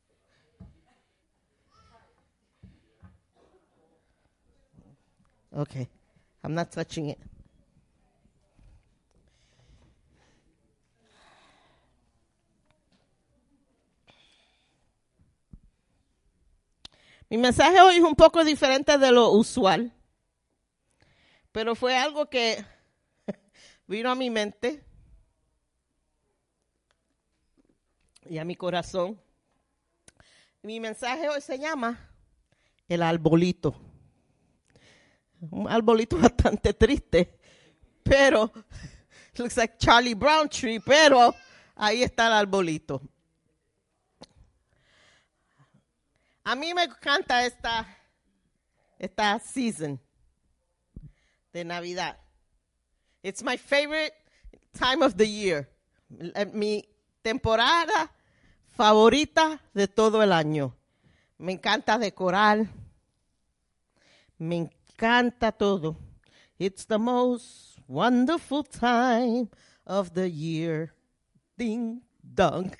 Speaker 4: Okay. I'm not touching it. Mi mensaje hoy es un poco diferente de lo usual, pero fue algo que vino a mi mente y a mi corazón. Mi mensaje hoy se llama El Arbolito. Un arbolito bastante triste, pero looks like Charlie Brown tree, pero ahí está el arbolito. A mí me encanta esta season de Navidad. It's my favorite time of the year. Mi temporada favorita de todo el año. Me encanta decorar. Me encanta todo. It's the most wonderful time of the year. Ding dong.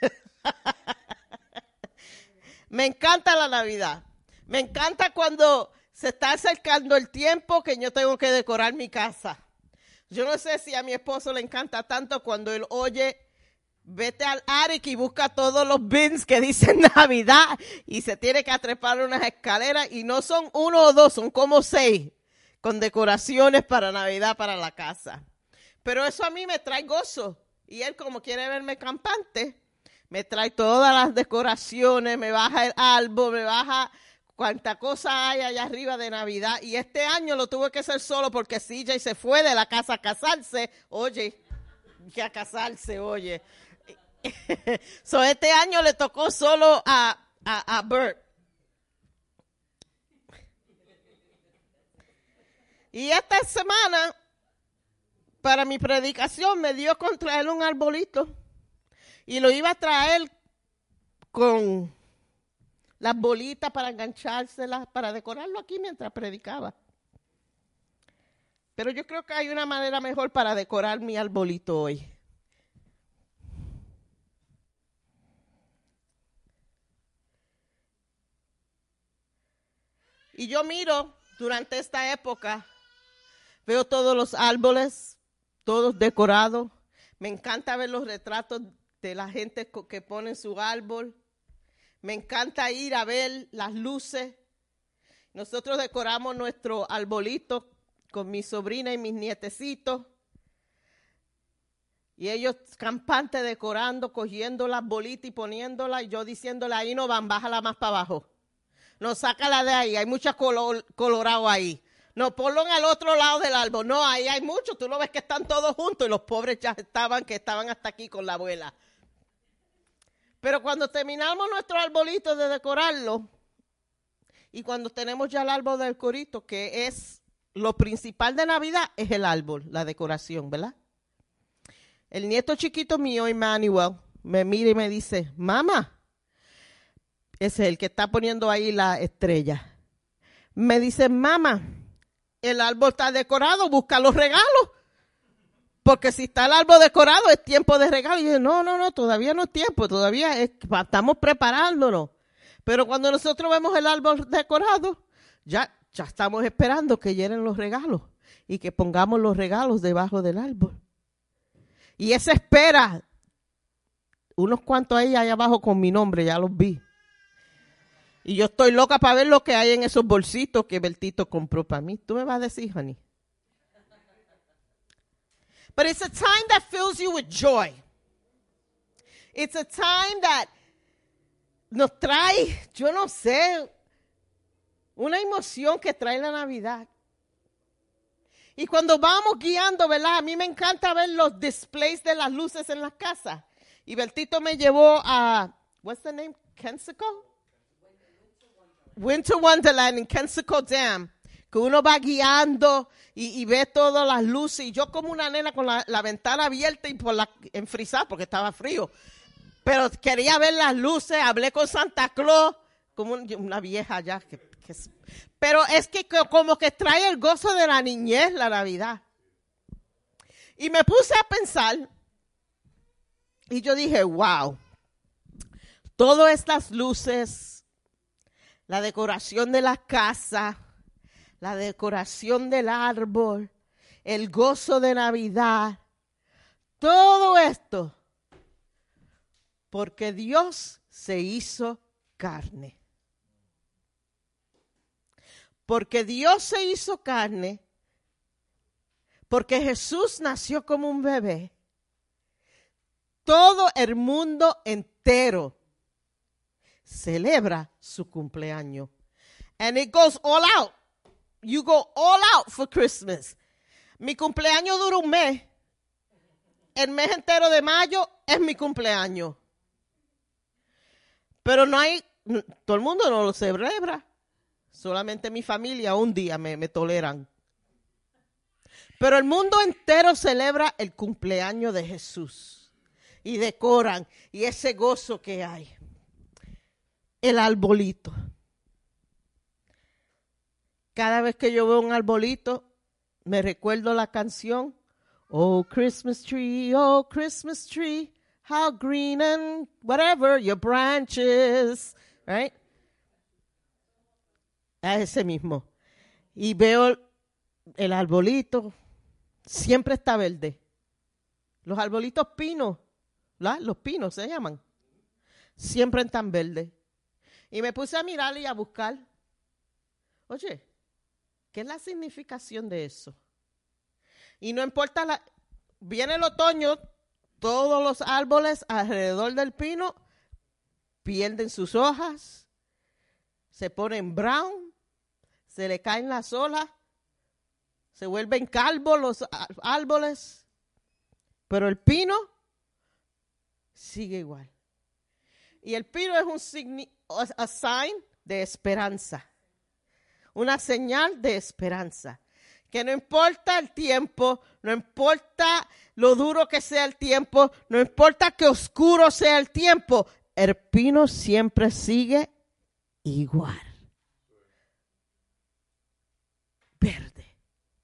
Speaker 4: Me encanta la Navidad. Me encanta cuando se está acercando el tiempo que yo tengo que decorar mi casa. Yo no sé si a mi esposo le encanta tanto cuando él oye, vete al attic y busca todos los bins que dicen Navidad y se tiene que atrepar unas escaleras y no son 1 o 2, son como 6 con decoraciones para Navidad para la casa. Pero eso a mí me trae gozo y él como quiere verme campante, me trae todas las decoraciones, me baja el árbol, me baja cuánta cosa hay allá arriba de Navidad. Y este año lo tuve que hacer solo porque CJ se fue de la casa a casarse. Oye, que a casarse, oye. So este año le tocó solo a Bert. Y esta semana, para mi predicación, me dio con traer un arbolito. Y lo iba a traer con las bolitas para enganchárselas, para decorarlo aquí mientras predicaba. Pero yo creo que hay una manera mejor para decorar mi arbolito hoy. Y yo miro durante esta época, veo todos los árboles, todos decorados. Me encanta ver los retratos de la gente que pone su árbol. Me encanta ir a ver las luces. Nosotros decoramos nuestro arbolito con mi sobrina y mis nietecitos. Y ellos campantes decorando, cogiendo las bolitas y poniéndolas. Y yo diciéndole, ahí no van, bájala más para abajo. No, sácala de ahí, hay mucha colorado ahí. No, ponlo en el otro lado del árbol. No, ahí hay mucho, tú lo ves que están todos juntos y los pobres ya estaban hasta aquí con la abuela. Pero cuando terminamos nuestro arbolito de decorarlo y cuando tenemos ya el árbol del corito, que es lo principal de Navidad, es el árbol, la decoración, ¿verdad? El nieto chiquito mío, Emmanuel, me mira y me dice, mamá, ese es el que está poniendo ahí la estrella. Me dice, mamá, el árbol está decorado, busca los regalos. Porque si está el árbol decorado, es tiempo de regalo. Y yo dije, no, todavía no es tiempo, todavía estamos preparándonos. Pero cuando nosotros vemos el árbol decorado, ya estamos esperando que lleguen los regalos y que pongamos los regalos debajo del árbol. Y esa espera, unos cuantos ahí abajo con mi nombre, ya los vi. Y yo estoy loca para ver lo que hay en esos bolsitos que Bertito compró para mí. ¿Tú me vas a decir, honey? But it's a time that fills you with joy. It's a time that nos trae, yo no sé, una emoción que trae la Navidad. Y cuando vamos guiando, ¿verdad? A mí me encanta ver los displays de las luces en las casas. Y Bertito me llevó a, what's the name? Kensico? Winter Wonderland en Kensico Dam. Que uno va guiando y ve todas las luces. Y yo como una nena con la ventana abierta y enfrisada porque estaba frío. Pero quería ver las luces, hablé con Santa Claus, como una vieja ya. Pero es que como que trae el gozo de la niñez, la Navidad. Y me puse a pensar, y yo dije, wow, todas estas luces, la decoración de la casa, la decoración del árbol, el gozo de Navidad, todo esto. Porque Dios se hizo carne. Porque Dios se hizo carne. Porque Jesús nació como un bebé. Todo el mundo entero celebra su cumpleaños. And it goes all out. You go all out for Christmas. Mi cumpleaños dura un mes. El mes entero de mayo es mi cumpleaños. Pero todo el mundo no lo celebra. Solamente mi familia un día me toleran. Pero el mundo entero celebra el cumpleaños de Jesús. Y decoran. Y ese gozo que hay. El arbolito. Cada vez que yo veo un arbolito, me recuerdo la canción. Oh, Christmas tree, how green and whatever your branches, right? Es ese mismo. Y veo el arbolito, siempre está verde. Los arbolitos pinos, los pinos se llaman, siempre están verdes. Y me puse a mirar y a buscar. Oye, ¿qué es la significación de eso? Y no importa, viene el otoño, todos los árboles alrededor del pino pierden sus hojas, se ponen brown, se le caen las hojas, se vuelven calvos los árboles, pero el pino sigue igual. Y el pino es un sign de esperanza, una señal de esperanza. Que no importa el tiempo, no importa lo duro que sea el tiempo, no importa que oscuro sea el tiempo, el pino siempre sigue igual. Verde.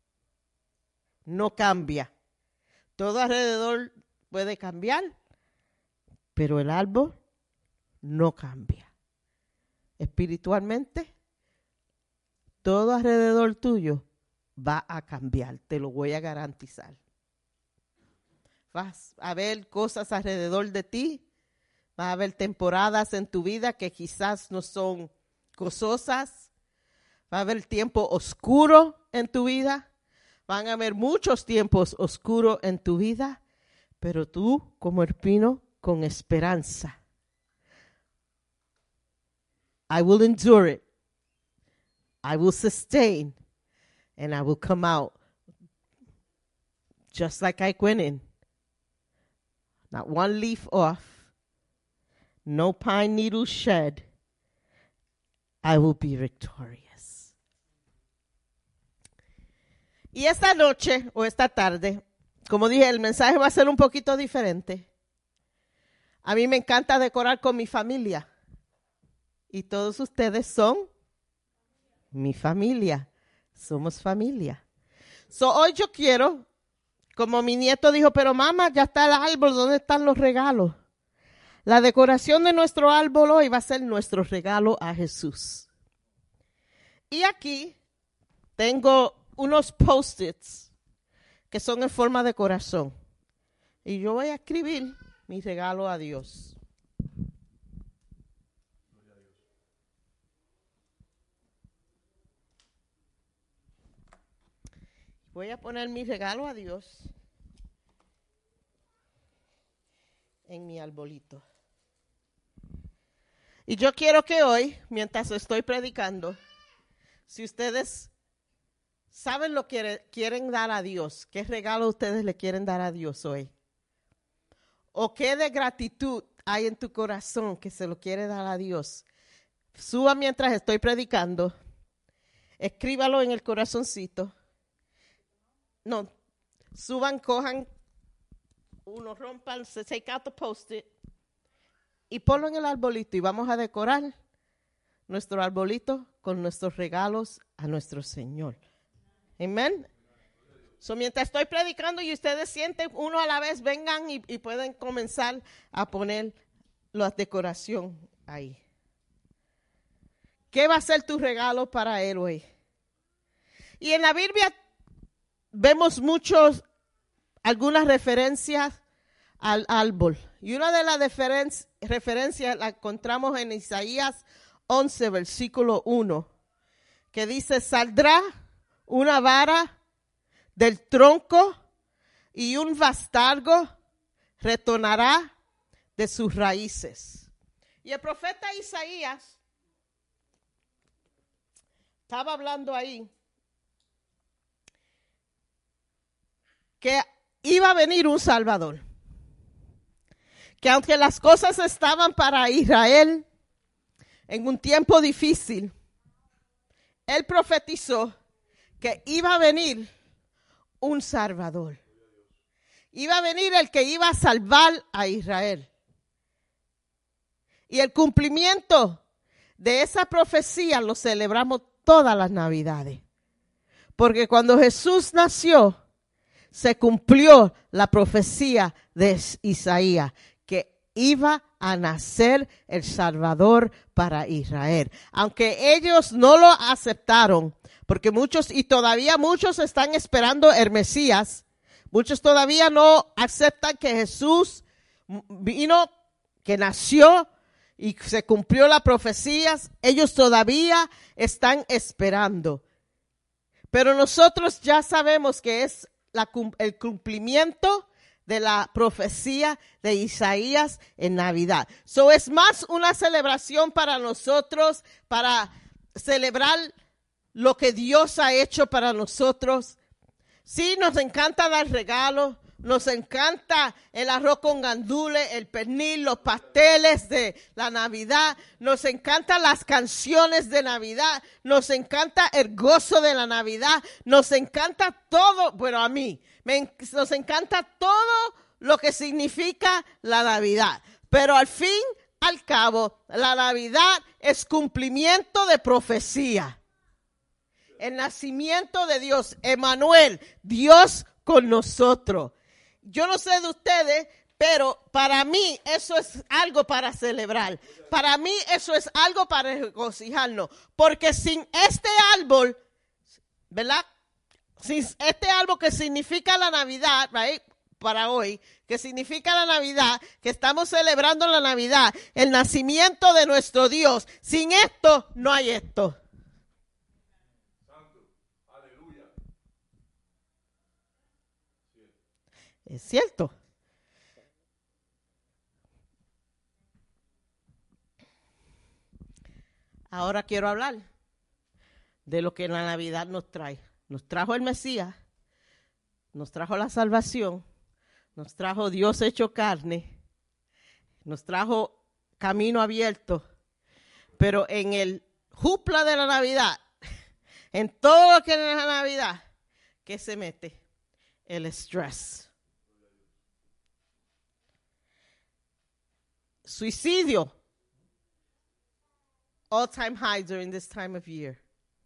Speaker 4: No cambia. Todo alrededor puede cambiar, pero el árbol no cambia. Espiritualmente, todo alrededor tuyo va a cambiar, te lo voy a garantizar. Vas a ver cosas alrededor de ti, vas a ver temporadas en tu vida que quizás no son gozosas, va a haber tiempo oscuro en tu vida, van a haber muchos tiempos oscuros en tu vida, pero tú como el pino con esperanza. I will endure it. I will sustain. And I will come out just like I went in. Not one leaf off. No pine needle shed. I will be victorious. Y esta noche o esta tarde, como dije, el mensaje va a ser un poquito diferente. A mí me encanta decorar con mi familia. Y todos ustedes son mi familia. Somos familia. Hoy yo quiero, como mi nieto dijo, pero mamá, ya está el árbol, ¿dónde están los regalos? La decoración de nuestro árbol hoy va a ser nuestro regalo a Jesús. Y aquí tengo unos post-its que son en forma de corazón. Y yo voy a escribir mi regalo a Dios. Voy a poner mi regalo a Dios en mi arbolito. Y yo quiero que hoy, mientras estoy predicando, si ustedes saben lo que quieren dar a Dios, qué regalo ustedes le quieren dar a Dios hoy, o qué de gratitud hay en tu corazón que se lo quiere dar a Dios, suba mientras estoy predicando, escríbalo en el corazoncito. No, suban, cojan uno, rompan, take out the post-it y ponlo en el arbolito y vamos a decorar nuestro arbolito con nuestros regalos a nuestro Señor. Amén. So, mientras estoy predicando y ustedes sienten uno a la vez, vengan y pueden comenzar a poner la decoración ahí. ¿Qué va a ser tu regalo para Él hoy? Y en la Biblia vemos algunas referencias al árbol. Y una de las referencias la encontramos en Isaías 11, versículo 1, que dice, saldrá una vara del tronco y un bastardo retornará de sus raíces. Y el profeta Isaías estaba hablando ahí que iba a venir un Salvador. Que aunque las cosas estaban para Israel en un tiempo difícil, él profetizó que iba a venir un Salvador. Iba a venir el que iba a salvar a Israel. Y el cumplimiento de esa profecía lo celebramos todas las Navidades. Porque cuando Jesús nació, se cumplió la profecía de Isaías, que iba a nacer el Salvador para Israel. Aunque ellos no lo aceptaron, porque todavía muchos están esperando el Mesías, muchos todavía no aceptan que Jesús vino, que nació y se cumplió la profecía, ellos todavía están esperando. Pero nosotros ya sabemos que es el cumplimiento de la profecía de Isaías en Navidad. So es más una celebración para nosotros, para celebrar lo que Dios ha hecho para nosotros. Sí, nos encanta dar regalos, nos encanta el arroz con gandules, el pernil, los pasteles de la Navidad, nos encantan las canciones de Navidad, nos encanta el gozo de la Navidad, nos encanta todo, bueno, a mí, nos encanta todo lo que significa la Navidad. Pero al fin, al cabo, la Navidad es cumplimiento de profecía. El nacimiento de Dios, Emmanuel, Dios con nosotros. Yo no sé de ustedes, pero para mí eso es algo para celebrar. Para mí eso es algo para regocijarnos. Porque sin este árbol, ¿verdad? Sin este árbol que significa la Navidad, right? Para hoy, que significa la Navidad, que estamos celebrando la Navidad, el nacimiento de nuestro Dios. Sin esto, no hay esto. Es cierto. Ahora quiero hablar de lo que la Navidad nos trae. Nos trajo el Mesías, nos trajo la salvación, nos trajo Dios hecho carne, nos trajo camino abierto. Pero en el jupla de la Navidad, en todo lo que es la Navidad, ¿qué se mete? El estrés. Suicidio. All-time high during this time of year.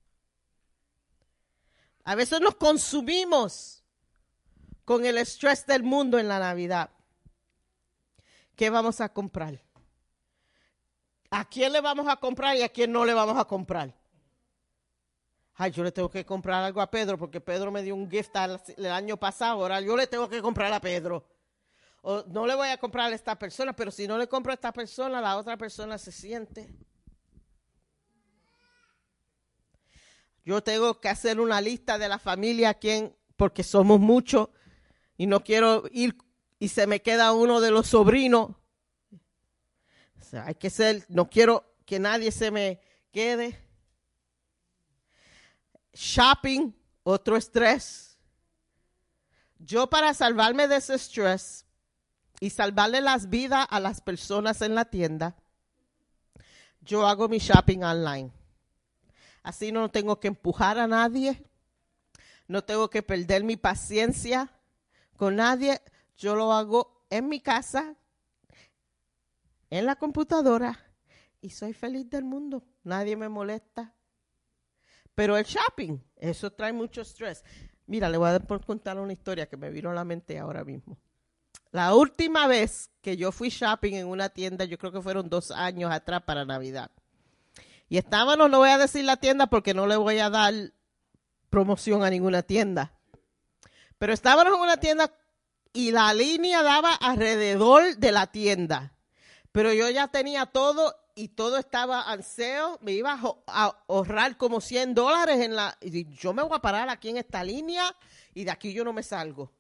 Speaker 4: A veces nos consumimos con el estrés del mundo en la Navidad. ¿Qué vamos a comprar? ¿A quién le vamos a comprar y a quién no le vamos a comprar? Ay, yo le tengo que comprar algo a Pedro porque Pedro me dio un gift el año pasado. Ahora yo le tengo que comprar a Pedro. O no le voy a comprar a esta persona, pero si no le compro a esta persona, la otra persona se siente. Yo tengo que hacer una lista de la familia porque somos muchos y no quiero ir y se me queda uno de los sobrinos O sea, hay que ser, no quiero que nadie se me quede. Shopping, otro estrés. Yo, para salvarme de ese estrés y salvarle las vidas a las personas en la tienda, yo hago mi shopping online. Así no tengo que empujar a nadie, no tengo que perder mi paciencia con nadie. Yo lo hago en mi casa, en la computadora, y soy feliz del mundo. Nadie me molesta. Pero el shopping, eso trae mucho estrés. Mira, le voy a contar una historia que me vino a la mente ahora mismo. La última vez que yo fui shopping en una tienda, yo creo que fueron 2 años atrás para Navidad. Y estábamos, no voy a decir la tienda porque no le voy a dar promoción a ninguna tienda. Pero estábamos en una tienda y la línea daba alrededor de la tienda. Pero yo ya tenía todo y todo estaba on sale. Me iba a ahorrar como $100 y yo me voy a parar aquí en esta línea y de aquí yo no me salgo.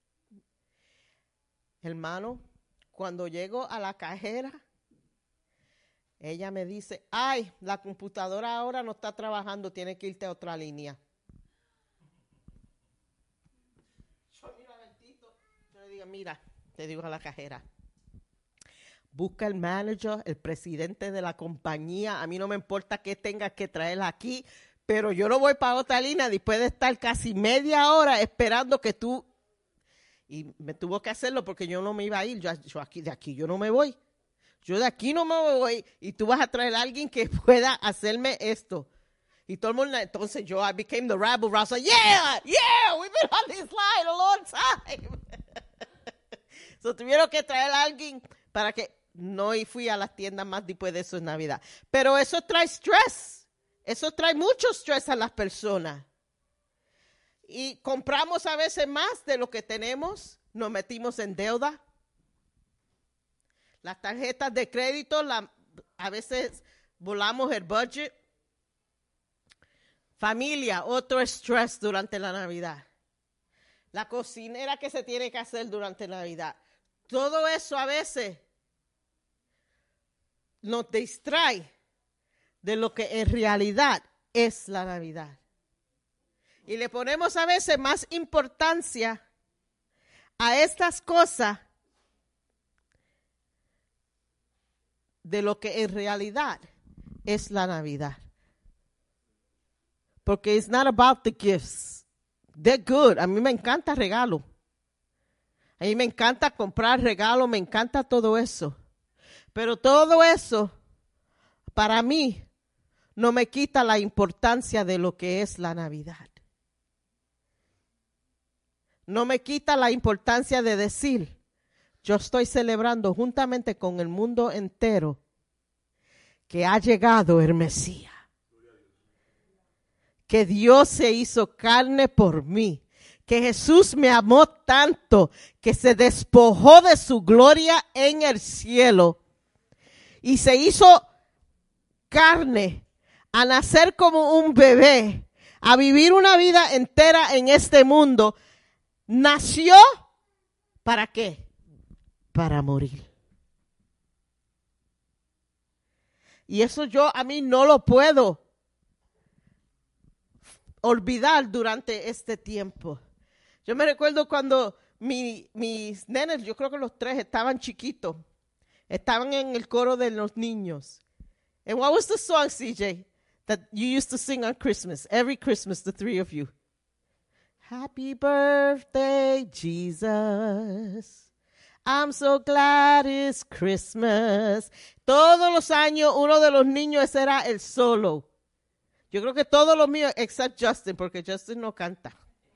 Speaker 4: Hermano, cuando llego a la cajera, ella me dice, ay, la computadora ahora no está trabajando, tienes que irte a otra línea. Yo miro a Bertito, yo le digo, mira, te digo a la cajera, busca el manager, el presidente de la compañía, a mí no me importa qué tengas que traer aquí, pero yo no voy para otra línea después de estar casi media hora esperando que tú, y me tuvo que hacerlo porque yo no me iba a ir, yo aquí, de aquí yo no me voy. Yo de aquí no me voy y tú vas a traer a alguien que pueda hacerme esto. Y todo el mundo, entonces yo, I became the rabble rouser. Yeah, we've been on this line a long time. So tuvieron que traer a alguien para que no fui a las tiendas más después de eso en Navidad. Pero eso trae estrés. Eso trae mucho estrés a las personas. Y compramos a veces más de lo que tenemos. Nos metimos en deuda. Las tarjetas de crédito, a veces volamos el budget. Familia, otro estrés durante la Navidad. La cocinera que se tiene que hacer durante Navidad. Todo eso a veces nos distrae de lo que en realidad es la Navidad. Y le ponemos a veces más importancia a estas cosas de lo que en realidad es la Navidad. Porque it's not about the gifts. They're good. A mí me encanta regalo. A mí me encanta comprar regalo, me encanta todo eso. Pero todo eso, para mí, no me quita la importancia de lo que es la Navidad. No me quita la importancia de decir, yo estoy celebrando juntamente con el mundo entero que ha llegado el Mesías. Que Dios se hizo carne por mí. Que Jesús me amó tanto que se despojó de su gloria en el cielo y se hizo carne a nacer como un bebé, a vivir una vida entera en este mundo. Nació, ¿para qué? Para morir. Y eso a mí no lo puedo olvidar durante este tiempo. Yo me recuerdo cuando mis nenes, yo creo que los 3 estaban chiquitos, estaban en el coro de los niños. And what was the song, CJ, that you used to sing on Christmas? Every Christmas, the 3 of you. Happy birthday, Jesus. I'm so glad it's Christmas. Todos los años uno de los niños, ese era el solo. Yo creo que todos los míos, except Justin, porque Justin no canta.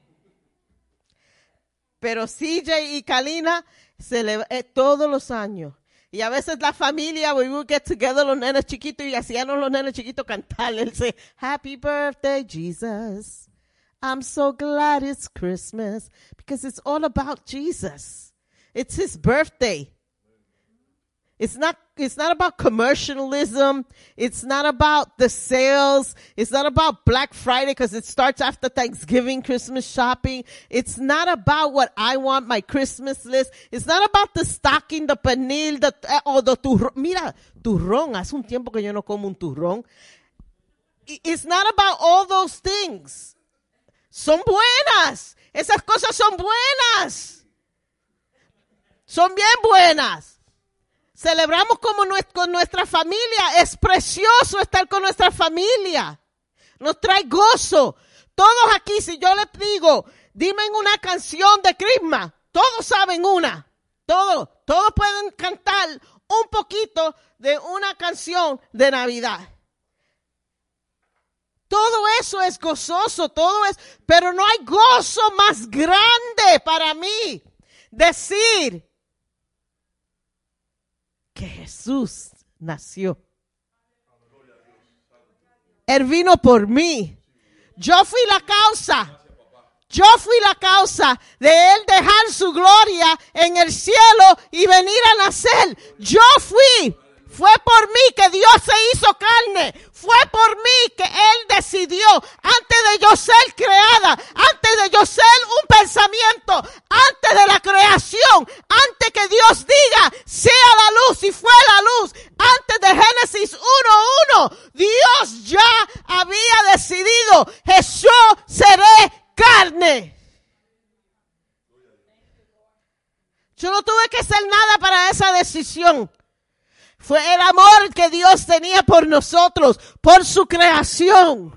Speaker 4: Pero CJ y Kalina todos los años. Y a veces la familia, we would get together los nenes chiquitos y hacíamos los nenes chiquitos cantar. Él dice, Happy birthday, Jesus. I'm so glad it's Christmas. Because it's all about Jesus. It's his birthday. It's not about commercialism. It's not about the sales. It's not about Black Friday because it starts after Thanksgiving, Christmas shopping. It's not about what I want, my Christmas list. It's not about the stocking, the pernil, the turrón. Mira, turrón. Hace un tiempo que yo no como un turrón. It's not about all those things. Son buenas. Esas cosas son buenas. Son bien buenas. Celebramos con nuestra familia. Es precioso estar con nuestra familia. Nos trae gozo. Todos aquí, si yo les digo, dime una canción de Christmas, todos saben una. Todos pueden cantar un poquito de una canción de Navidad. Todo eso es gozoso, pero no hay gozo más grande para mí. Decir que Jesús nació. Él vino por mí. Yo fui la causa de Él dejar su gloria en el cielo y venir a nacer. Fue por mí que Dios se hizo carne. Fue por mí que Él decidió, antes de yo ser creada, antes de yo ser un pensamiento, antes de la creación, antes que Dios diga, sea la luz y fue la luz, antes de Génesis 1:1, Dios ya había decidido, Jesús seré carne. Yo no tuve que hacer nada para esa decisión. Fue el amor que Dios tenía por nosotros, por su creación.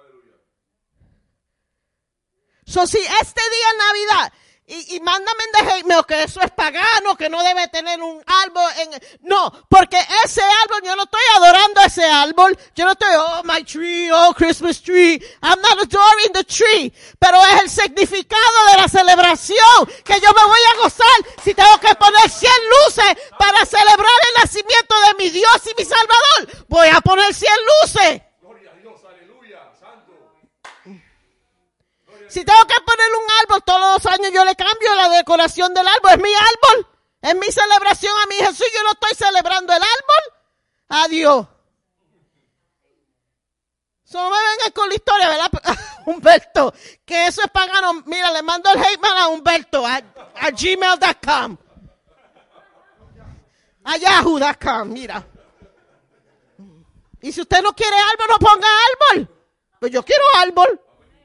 Speaker 4: So, si este día es Navidad, y mándame de hate que eso es pagano, que no debe tener un árbol. No, porque ese árbol, yo no estoy adorando ese árbol. Yo no estoy, oh, my tree, oh, Christmas tree. I'm not adoring the tree. Pero es el significado de la celebración que yo me voy a gozar si tengo que poner 100 luces para celebrar el nacimiento de mi Dios y mi Salvador. Voy a poner 100 luces. Si tengo que poner un árbol todos los años, yo le cambio la decoración del árbol. Es mi árbol. Es mi celebración a mi Jesús. Yo no estoy celebrando el árbol. Adiós. Solo me vengan con la historia, ¿verdad? Humberto, que eso es pagano. Mira, le mando el hate mail a Humberto a gmail.com. A yahoo.com, mira. Y si usted no quiere árbol, no ponga árbol. Pues yo quiero árbol.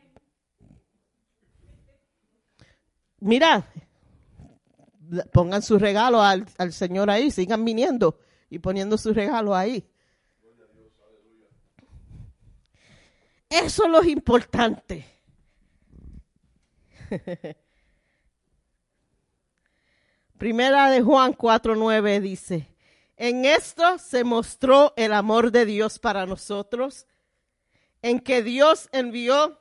Speaker 4: Mira, pongan su regalo al Señor ahí, sigan viniendo y poniendo su regalo ahí. Eso es lo importante. Primera de Juan 4:9 dice, en esto se mostró el amor de Dios para nosotros, en que Dios envió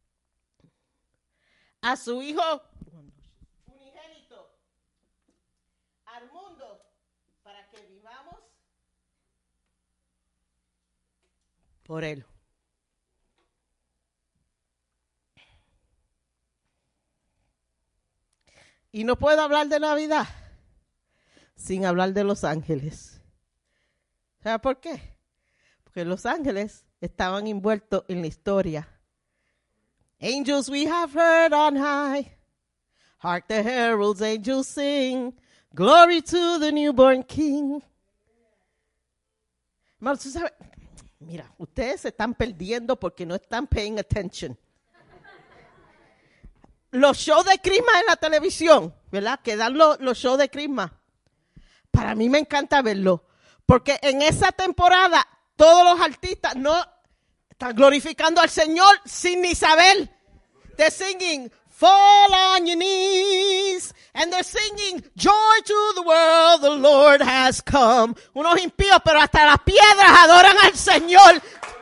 Speaker 4: a su Hijo unigénito al mundo para que vivamos por Él. Y no puedo hablar de Navidad sin hablar de los ángeles. ¿Sabe por qué? Porque los ángeles estaban envueltos en la historia. Angels we have heard on high. Hark the heralds, angels sing. Glory to the newborn King. Hermano, ¿tú sabes? Mira, ustedes se están perdiendo porque no están paying attention. Los shows de Christmas en la televisión, ¿verdad? Que dan los shows de Christmas. Para mí me encanta verlo. Porque en esa temporada todos los artistas no están glorificando al Señor sin ni saber. They're singing, fall on your knees. And they're singing, joy to the world, the Lord has come. Unos impíos, pero hasta las piedras adoran al Señor.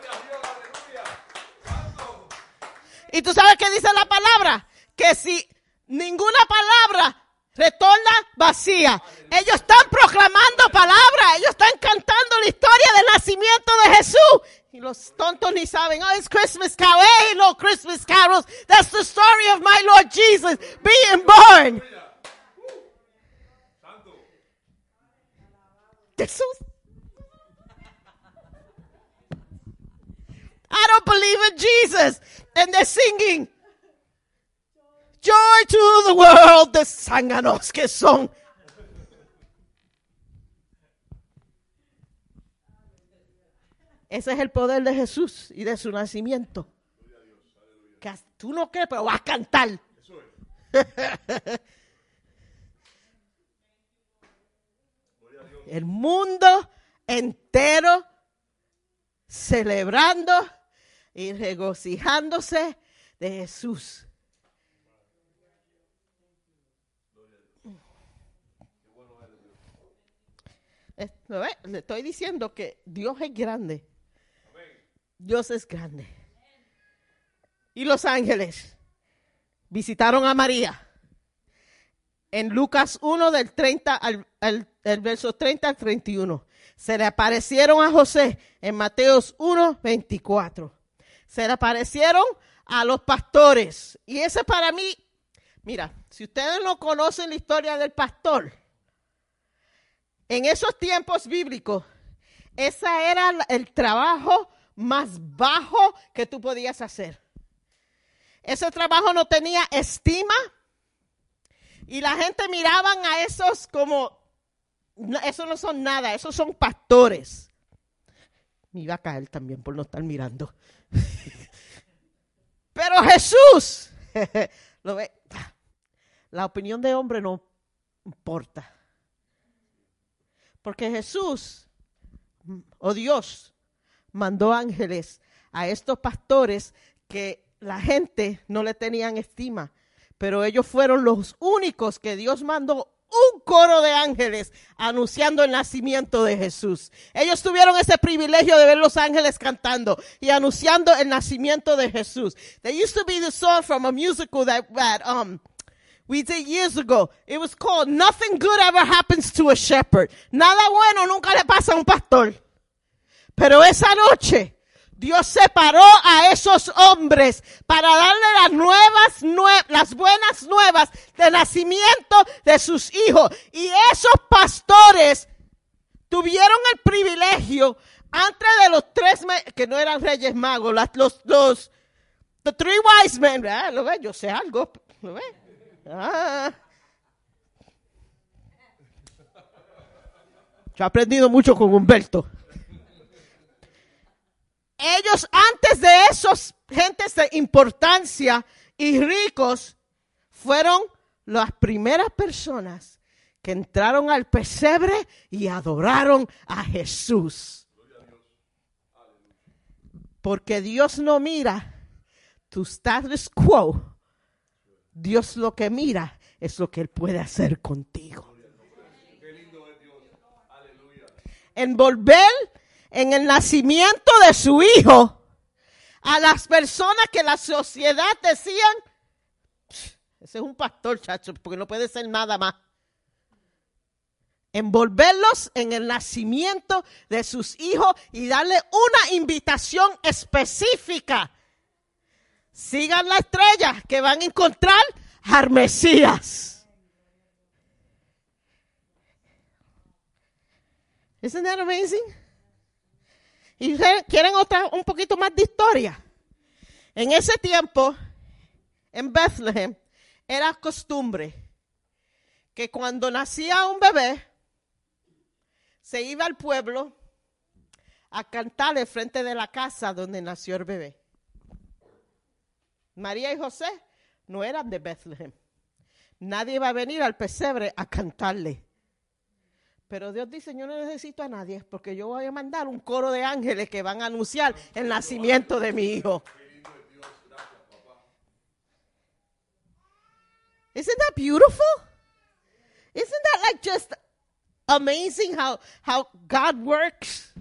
Speaker 4: ¿Y tú sabes qué dice la palabra? Que si ninguna palabra retorna vacía. Ellos están proclamando palabras. Ellos están cantando la historia del nacimiento de Jesús. Y los tontos ni saben, oh, it's Christmas carol. Hey, no Christmas carols. That's the story of my Lord Jesus being born. I don't believe in Jesus. And they're singing, joy to the world, de zánganos que son. Ese es el poder de Jesús y de su nacimiento. Que tú no crees, pero vas a cantar. El mundo entero celebrando y regocijándose de Jesús. Le estoy diciendo que Dios es grande. Dios es grande. Y los ángeles visitaron a María. En Lucas 1 del 30 el verso 30 al 31. Se le aparecieron a José en Mateos 1, 24. Se le aparecieron a los pastores. Y ese para mí, mira, si ustedes no conocen la historia del pastor, en esos tiempos bíblicos, ese era el trabajo más bajo que tú podías hacer. Ese trabajo no tenía estima y la gente miraban a esos como, eso no son nada, esos son pastores. Me iba a caer también por no estar mirando. Pero Jesús, lo ve, la opinión de hombre no importa. Porque Jesús, o Dios, mandó ángeles a estos pastores que la gente no le tenían estima. Pero ellos fueron los únicos que Dios mandó un coro de ángeles anunciando el nacimiento de Jesús. Ellos tuvieron ese privilegio de ver los ángeles cantando y anunciando el nacimiento de Jesús. There used to be the song from a musical that we did years ago. It was called Nothing Good Ever Happens to a Shepherd. Nada bueno nunca le pasa a un pastor. Pero esa noche Dios separó a esos hombres para darle las buenas nuevas de nacimiento de sus hijos. Y esos pastores tuvieron el privilegio antes de los que no eran reyes magos, the three wise men, ¿verdad? ¿Lo ves? Yo sé algo, ¿lo ves? Yo he aprendido mucho con Humberto. Ellos antes de esos gentes de importancia y ricos fueron las primeras personas que entraron al pesebre y adoraron a Jesús. Porque Dios no mira tu status quo. Dios lo que mira es lo que Él puede hacer contigo. Envolver en el nacimiento de su hijo a las personas que la sociedad decían, ese es un pastor, chacho, porque no puede ser nada más. Envolverlos en el nacimiento de sus hijos y darle una invitación específica. Sigan la estrella que van a encontrar al Mesías. Isn't that amazing? Y quieren un poquito más de historia. En ese tiempo, en Bethlehem, era costumbre que cuando nacía un bebé, se iba al pueblo a cantar en frente de la casa donde nació el bebé. María y José no eran de Bethlehem. Nadie iba a venir al pesebre a cantarle. Pero Dios dice, yo no necesito a nadie porque yo voy a mandar un coro de ángeles que van a anunciar el nacimiento de mi hijo. Isn't that beautiful? Isn't that like just amazing how God works?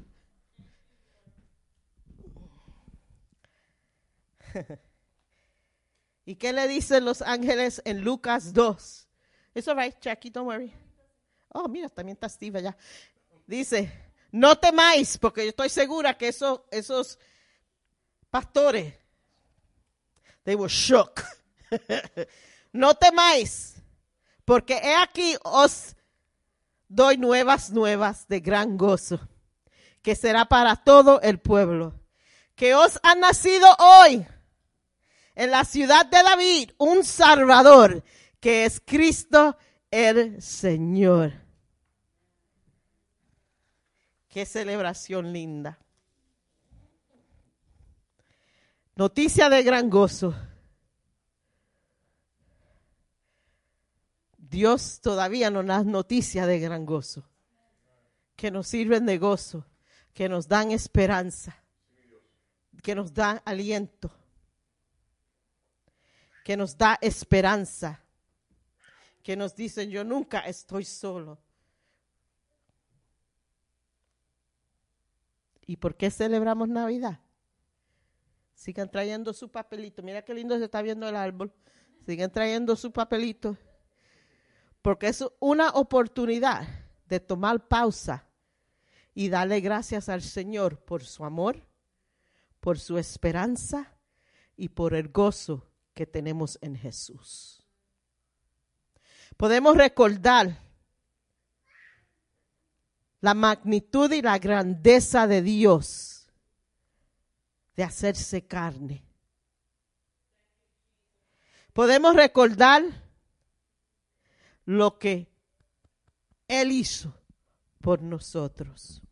Speaker 4: ¿Y qué le dicen los ángeles en Lucas 2? It's all right, Jackie, don't worry. Oh, mira, también está Steve allá. Dice, no temáis, porque yo estoy segura que esos pastores, they were shook. No temáis, porque he aquí os doy nuevas de gran gozo, que será para todo el pueblo. Que os ha nacido hoy en la ciudad de David un Salvador, que es Cristo el Señor. Qué celebración linda. Noticia de gran gozo. Dios todavía nos da noticias de gran gozo, que nos sirven de gozo, que nos dan esperanza, que nos dan aliento, que nos da esperanza, que nos dicen, yo nunca estoy solo. ¿Y por qué celebramos Navidad? Sigan trayendo su papelito. Mira qué lindo se está viendo el árbol. Sigan trayendo su papelito. Porque es una oportunidad de tomar pausa y darle gracias al Señor por su amor, por su esperanza y por el gozo que tenemos en Jesús. Podemos recordar la magnitud y la grandeza de Dios de hacerse carne. Podemos recordar lo que Él hizo por nosotros.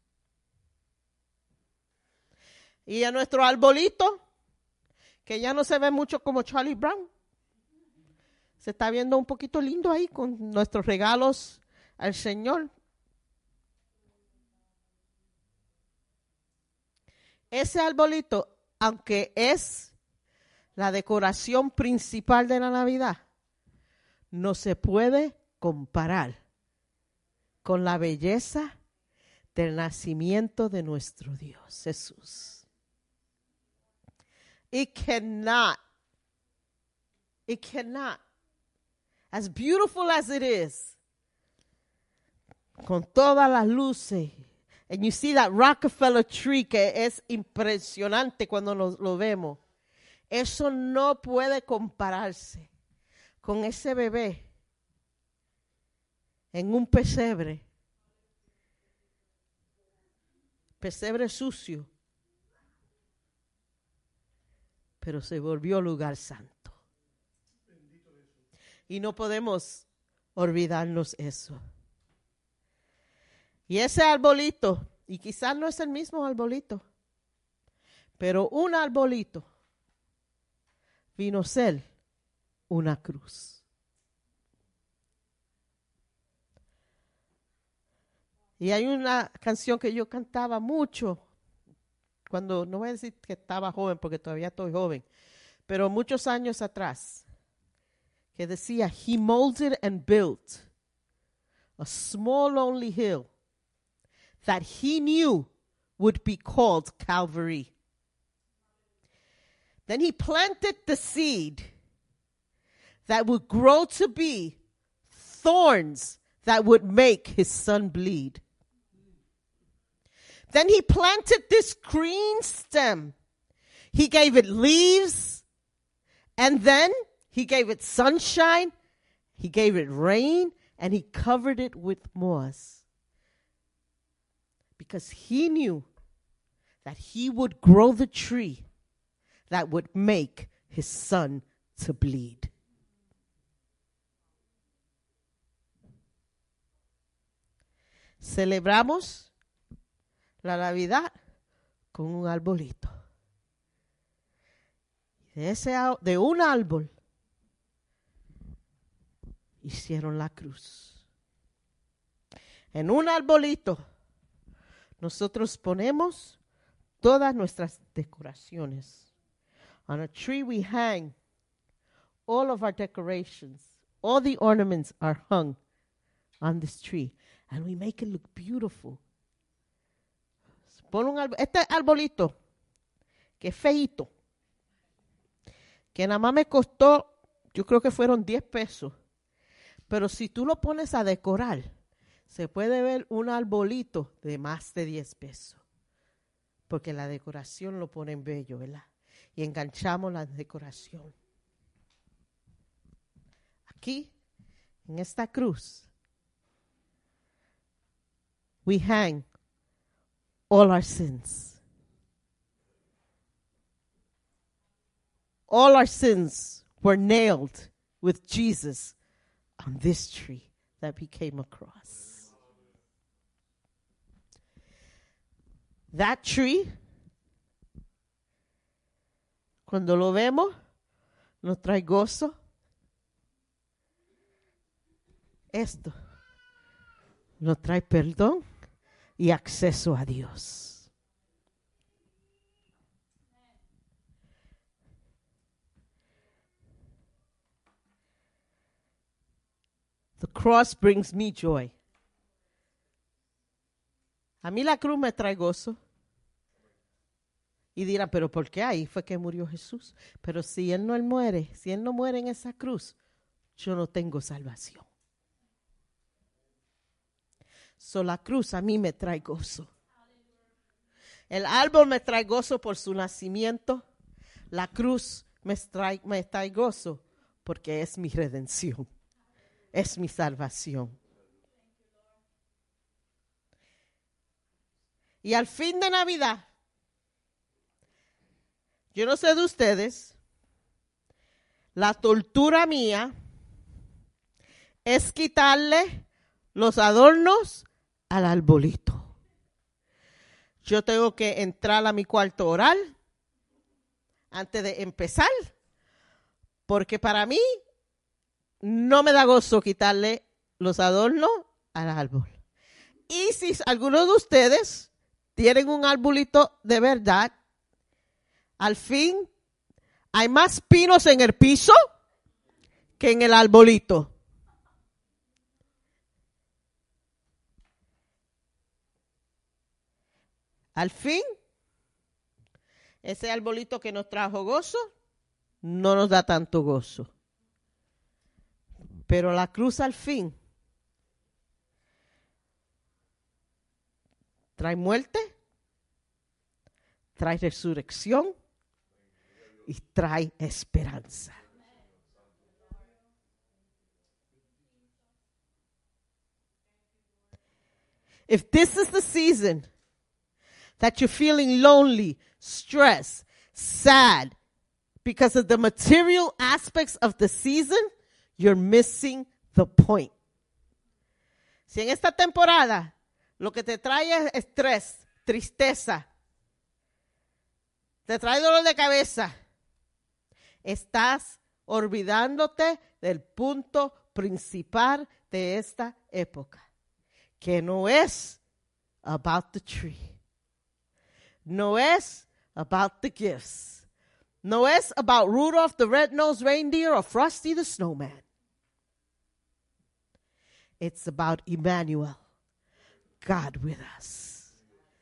Speaker 4: Y a nuestro arbolito, que ya no se ve mucho como Charlie Brown, se está viendo un poquito lindo ahí con nuestros regalos al Señor. Ese arbolito, aunque es la decoración principal de la Navidad, no se puede comparar con la belleza del nacimiento de nuestro Dios Jesús. It cannot, as beautiful as it is, con todas las luces, and you see that Rockefeller tree que es impresionante cuando lo vemos, eso no puede compararse con ese bebé en un pesebre sucio, pero se volvió lugar santo. Y no podemos olvidarnos eso. Y ese arbolito, y quizás no es el mismo arbolito, pero un arbolito vino a ser una cruz. Y hay una canción que yo cantaba mucho, cuando, no voy a decir que estaba joven, porque todavía estoy joven, pero muchos años atrás, que decía, He molded and built a small lonely hill that He knew would be called Calvary. Then He planted the seed that would grow to be thorns that would make His Son bleed. Then He planted this green stem. He gave it leaves, and then He gave it sunshine, He gave it rain, and He covered it with moss. Because He knew that He would grow the tree that would make His Son to bleed. Celebramos la Navidad con un arbolito. De un árbol hicieron la cruz. En un arbolito nosotros ponemos todas nuestras decoraciones. On a tree we hang all of our decorations. All the ornaments are hung on this tree. And we make it look beautiful. Este arbolito, que es feíto, que nada más me costó, yo creo que fueron 10 pesos. Pero si tú lo pones a decorar, se puede ver un arbolito de más de 10 pesos. Porque la decoración lo pone en bello, ¿verdad? Y enganchamos la decoración. Aquí, en esta cruz, we hang all our sins. All our sins were nailed with Jesus on this tree that we came across. That tree, cuando lo vemos, nos trae gozo. Esto nos trae perdón y acceso a Dios. The cross brings me joy. A mí la cruz me trae gozo. Y dirán, pero ¿por qué ahí fue que murió Jesús? Pero si Él no muere, si Él no muere en esa cruz, yo no tengo salvación. So la cruz a mí me trae gozo. El árbol me trae gozo por su nacimiento. La cruz me trae gozo porque es mi redención. Es mi salvación. Y al fin de Navidad, yo no sé de ustedes, la tortura mía es quitarle los adornos al arbolito. Yo tengo que entrar a mi cuarto a orar antes de empezar, porque para mí no me da gozo quitarle los adornos al árbol. Y si alguno de ustedes tienen un arbolito de verdad, al fin hay más pinos en el piso que en el arbolito. Al fin, ese arbolito que nos trajo gozo, no nos da tanto gozo. Pero la cruz al fin trae muerte, trae resurrección y trae esperanza. If this is the season that you're feeling lonely, stressed, sad because of the material aspects of the season, you're missing the point. Si en esta temporada lo que te trae es estrés, tristeza, te trae dolor de cabeza, estás olvidándote del punto principal de esta época, que no es about the tree, no es about the gifts, no es about Rudolph the Red-Nosed Reindeer or Frosty the Snowman. It's about Emmanuel, God with us.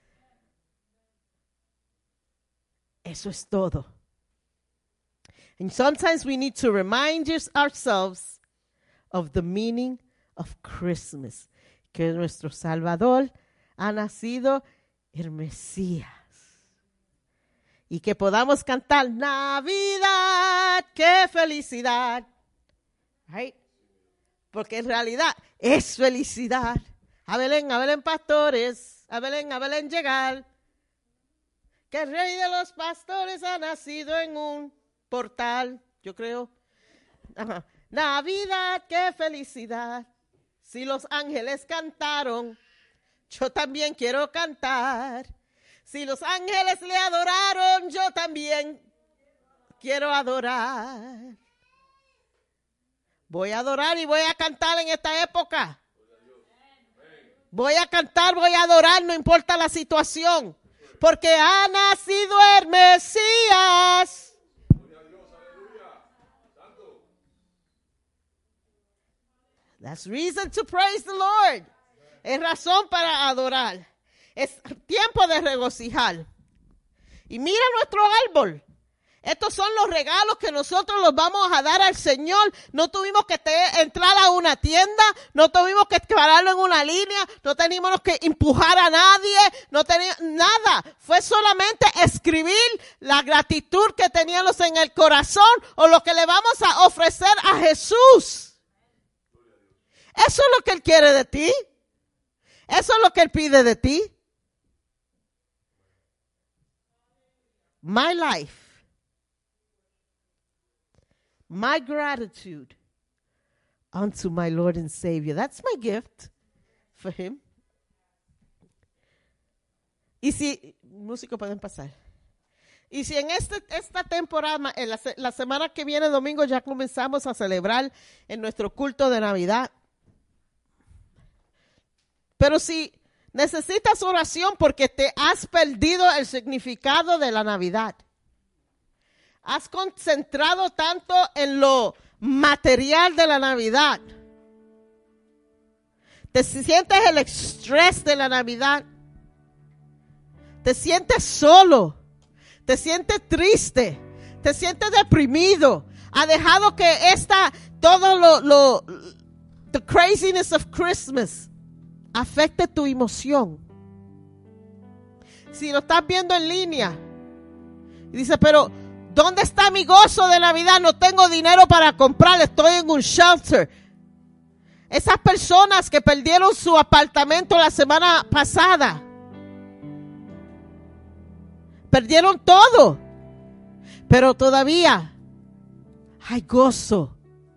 Speaker 4: Eso es todo. And sometimes we need to remind ourselves of the meaning of Christmas, que nuestro Salvador ha nacido el Mesías. Y que podamos cantar Navidad, qué felicidad. Right? Porque en realidad es felicidad. A Belén pastores, a Belén llegar. Que el rey de los pastores ha nacido en un portal, yo creo. Ajá. Navidad, qué felicidad. Si los ángeles cantaron, yo también quiero cantar. Si los ángeles le adoraron, yo también quiero adorar. Voy a adorar y voy a cantar en esta época. Voy a cantar, voy a adorar, no importa la situación. Porque ha nacido el Mesías. That's reason to praise the Lord. Es razón para adorar. Es tiempo de regocijar. Y mira nuestro árbol. Estos son los regalos que nosotros los vamos a dar al Señor. No tuvimos que entrar a una tienda, no tuvimos que pararlo en una línea, no teníamos que empujar a nadie, no teníamos nada. Fue solamente escribir la gratitud que teníamos en el corazón o lo que le vamos a ofrecer a Jesús. Eso es lo que Él quiere de ti. Eso es lo que Él pide de ti. My life, my gratitude unto my Lord and Savior. That's my gift for Him. Y si, músicos pueden pasar. Y si en esta temporada, en la semana que viene, domingo, ya comenzamos a celebrar en nuestro culto de Navidad. Pero si necesitas oración porque te has perdido el significado de la Navidad, has concentrado tanto en lo material de la Navidad, te sientes el estrés de la Navidad, te sientes solo, te sientes triste, te sientes deprimido, ha dejado que todo the craziness of Christmas afecte tu emoción. Si lo estás viendo en línea y dices, pero ¿dónde está mi gozo de Navidad? No tengo dinero para comprar, estoy en un shelter. Esas personas que perdieron su apartamento la semana pasada, perdieron todo, pero todavía hay gozo.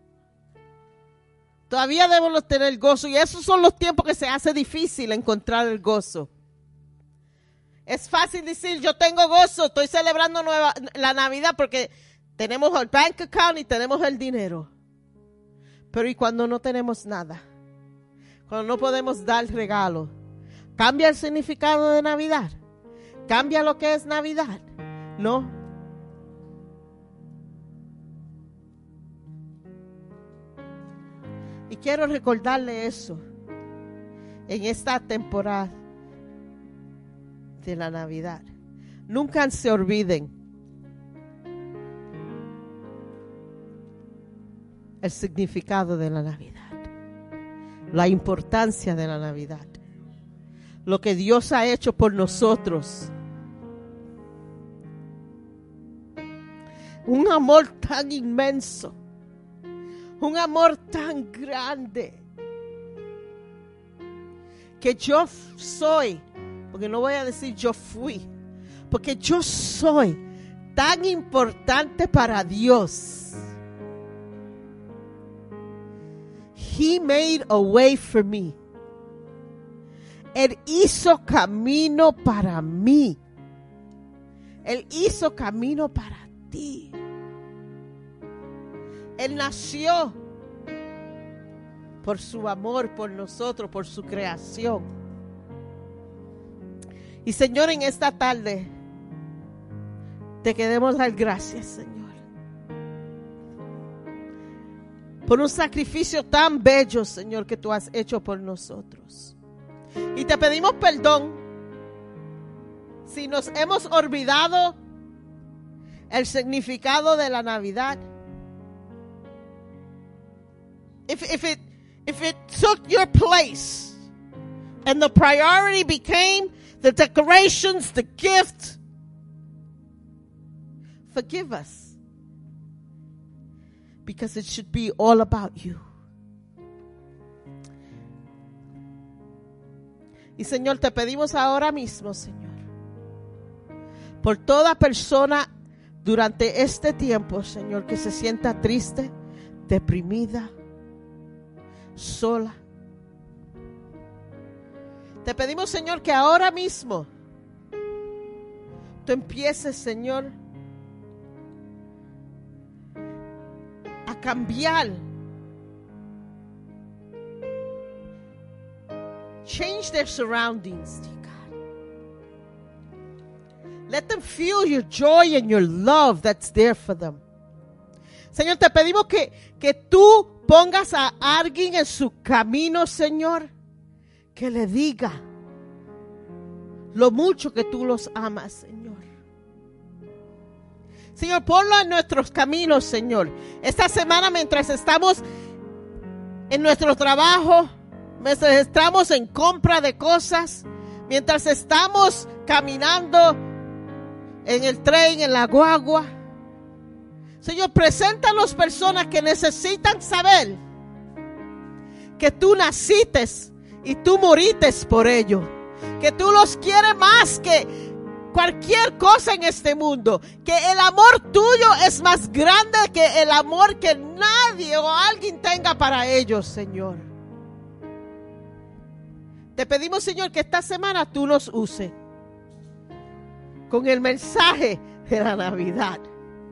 Speaker 4: Todavía debemos tener gozo, y esos son los tiempos que se hace difícil encontrar el gozo. Es fácil decir, yo tengo gozo, estoy celebrando la Navidad porque tenemos el bank account y tenemos el dinero. Pero ¿y cuando no tenemos nada? Cuando no podemos dar regalo, ¿cambia el significado de Navidad? ¿Cambia lo que es Navidad? No. Y quiero recordarle eso en esta temporada de la Navidad. Nunca se olviden el significado de la Navidad, la importancia de la Navidad, lo que Dios ha hecho por nosotros. Un amor tan inmenso, un amor tan grande, que yo soy, porque no voy a decir yo fui, porque yo soy tan importante para Dios. He made a way for me. Él hizo camino para mí. Él hizo camino para ti. Él nació por su amor por nosotros, por su creación. Y Señor, en esta tarde te queremos dar gracias, Señor, por un sacrificio tan bello, Señor, que tú has hecho por nosotros. Y te pedimos perdón si nos hemos olvidado el significado de la Navidad. If it took your place and the priority became the decorations, the gift, forgive us, because it should be all about you. Y Señor, te pedimos ahora mismo, Señor, por toda persona durante este tiempo, Señor, que se sienta triste, deprimida, sola. Te pedimos, Señor, que ahora mismo tú empieces, Señor, a cambiar. Change their surroundings, dear God. Let them feel your joy and your love that's there for them. Señor, te pedimos que tú pongas a alguien en su camino, Señor, que le diga lo mucho que tú los amas, Señor. Señor, ponlo en nuestros caminos, Señor. Esta semana, mientras estamos en nuestro trabajo, mientras estamos en compra de cosas, mientras estamos caminando en el tren, en la guagua, Señor, presenta a las personas que necesitan saber que tú naciste y tú moriste por ellos, que tú los quieres más que cualquier cosa en este mundo, que el amor tuyo es más grande que el amor que nadie o alguien tenga para ellos, Señor. Te pedimos, Señor, que esta semana tú nos uses con el mensaje de la Navidad.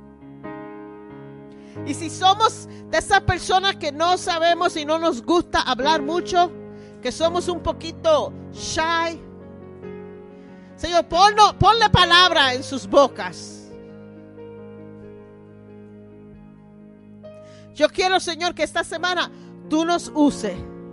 Speaker 4: Y si somos de esas personas que no sabemos y no nos gusta hablar mucho, que somos un poquito shy, Señor, ponle palabra en sus bocas. Yo quiero, Señor, que esta semana tú nos uses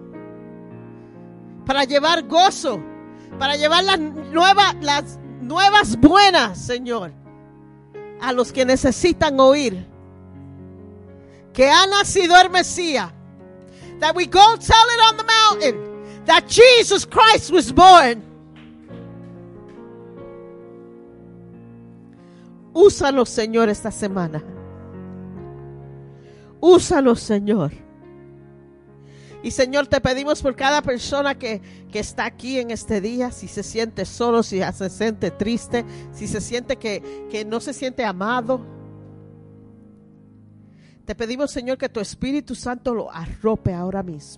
Speaker 4: para llevar gozo, para llevar las nuevas buenas, Señor, a los que necesitan oír que ha nacido el Mesías. That we go tell it on the mountain that Jesus Christ was born. Úsanos, Señor, esta semana. Úsanos, Señor. Y, Señor, te pedimos por cada persona que está aquí en este día, si se siente solo, si se siente triste, si se siente que no se siente amado. Te pedimos, Señor, que tu Espíritu Santo lo arrope ahora mismo.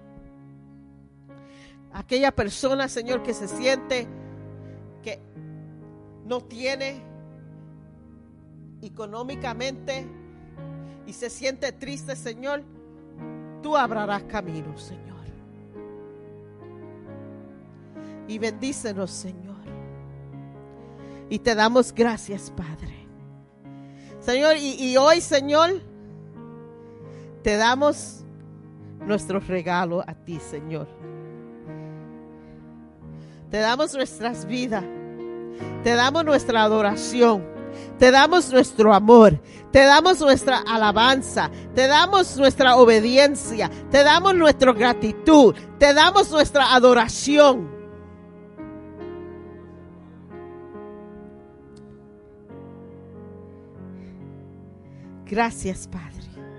Speaker 4: Aquella persona, Señor, que se siente que no tiene económicamente y se siente triste, Señor, tú abrirás camino, Señor. Y bendícenos, Señor. Y te damos gracias, Padre. Señor, y hoy, Señor, te damos nuestro regalo a ti, Señor. Te damos nuestras vidas. Te damos nuestra adoración. Te damos nuestro amor. Te damos nuestra alabanza. Te damos nuestra obediencia. Te damos nuestra gratitud. Te damos nuestra adoración. Gracias, Padre,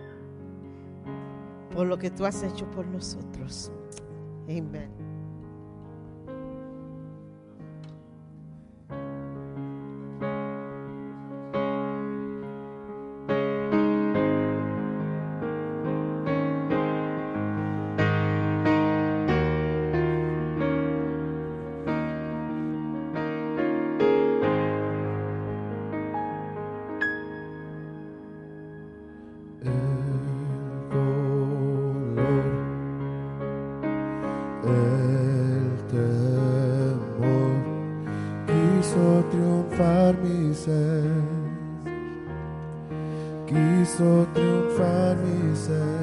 Speaker 4: por lo que tú has hecho por nosotros. Amén.
Speaker 3: Quiso triunfar mi ser.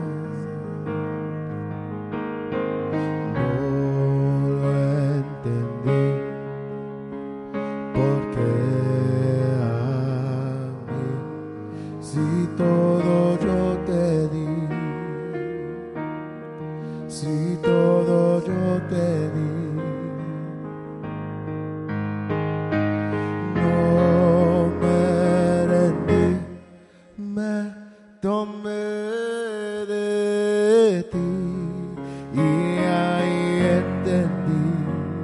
Speaker 3: No lo entendí, porque a mí, si todo yo te di, si todo yo te di, tomé de ti y ahí entendí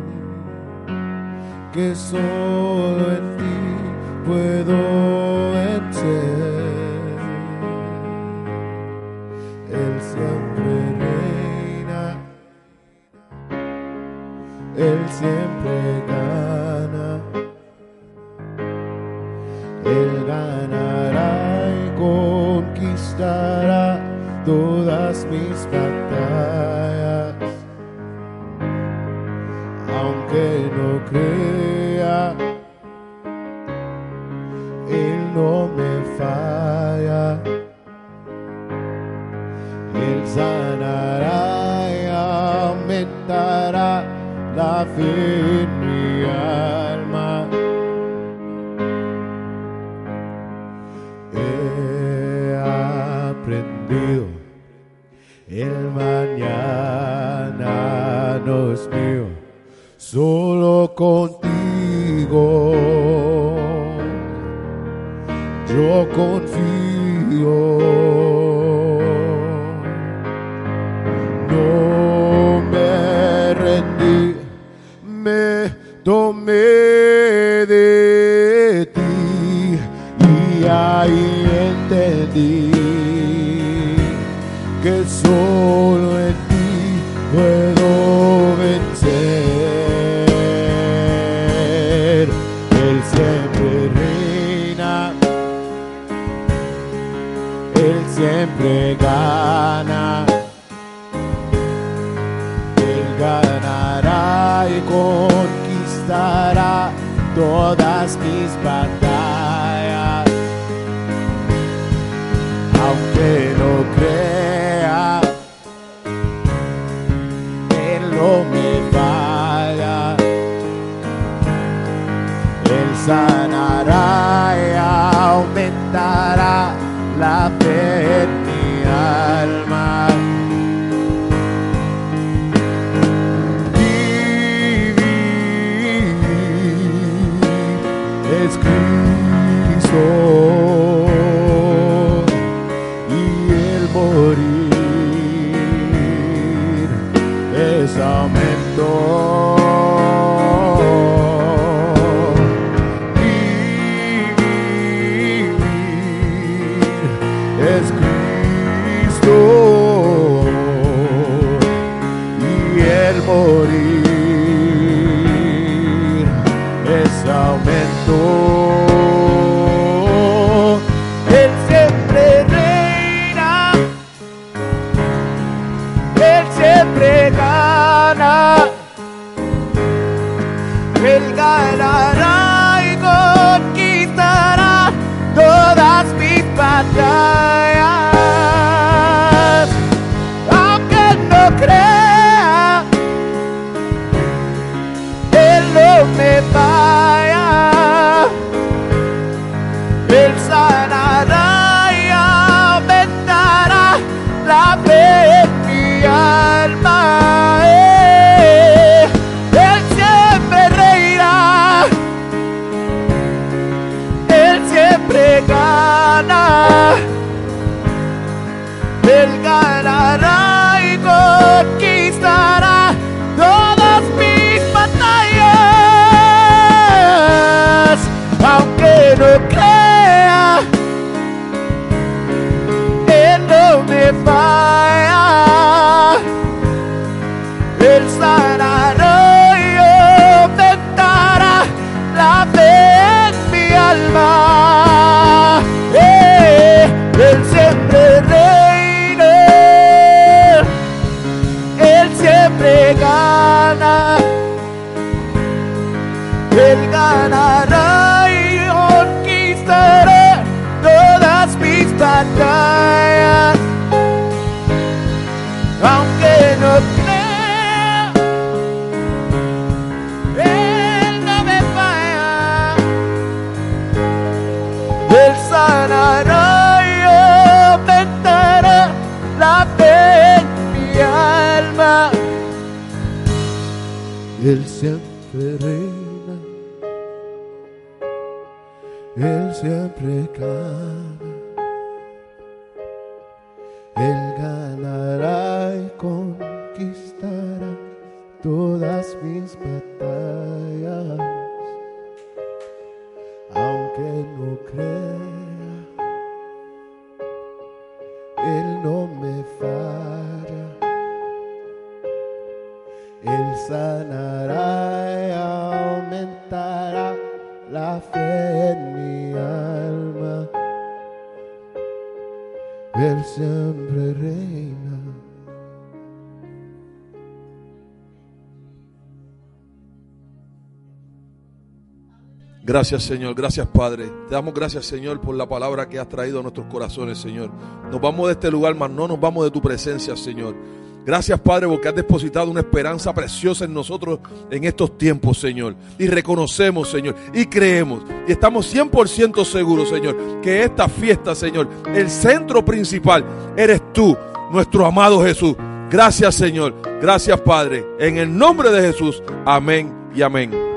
Speaker 3: que solo en ti puedo vencer. Él siempre reina, Él siempre gana, Él ganará y conquistará todas mis batallas. Aunque no crea, Él no me falla. Él sanará y aumentará la fe en mi alma. He aprendido, el mañana no es mío, solo contigo yo confío. No me que solo en ti puedo vencer. Él siempre reina, Él siempre gana. Él ganará y conquistará todas mis batallas. Aunque no crea, Él no me falla. Él sanará y aumentará la fe en mi alma. Vivir es Cristo y el morir es aumento. Es Cristo y el morir es aumento. Él siempre reina, Él siempre gana. Él ganará y conquistará todas mis batallas. Aunque no crea, Él no me falla. Él sanará y aumentará la fe en mi alma. Él siempre reirá, Él siempre gana. Él ganará y conquistará todas mis batallas. Aunque no crea, Él no me falla. Él sanará y aumentará la fe en mi alma. Él siempre reina, Él siempre gana. Él ganará y conquistará todas mis batallas. Aunque no crea, Él no me falla. Él sanará y aumentará la fe en mi alma. Él siempre reina, Él siempre gana. Él ganará y conquistará todas mis batallas. Aunque no crea, Él no me falla. Él sanará y aumentará la fe en mi alma. Él siempre reina.
Speaker 2: Gracias, Señor. Gracias, Padre. Te damos gracias, Señor, por la palabra que has traído a nuestros corazones, Señor. Nos vamos de este lugar, mas no nos vamos de tu presencia, Señor. Gracias, Padre, porque has depositado una esperanza preciosa en nosotros en estos tiempos, Señor. Y reconocemos, Señor, y creemos, y estamos 100% seguros, Señor, que esta fiesta, Señor, el centro principal eres tú, nuestro amado Jesús. Gracias, Señor. Gracias, Padre. En el nombre de Jesús. Amén y amén.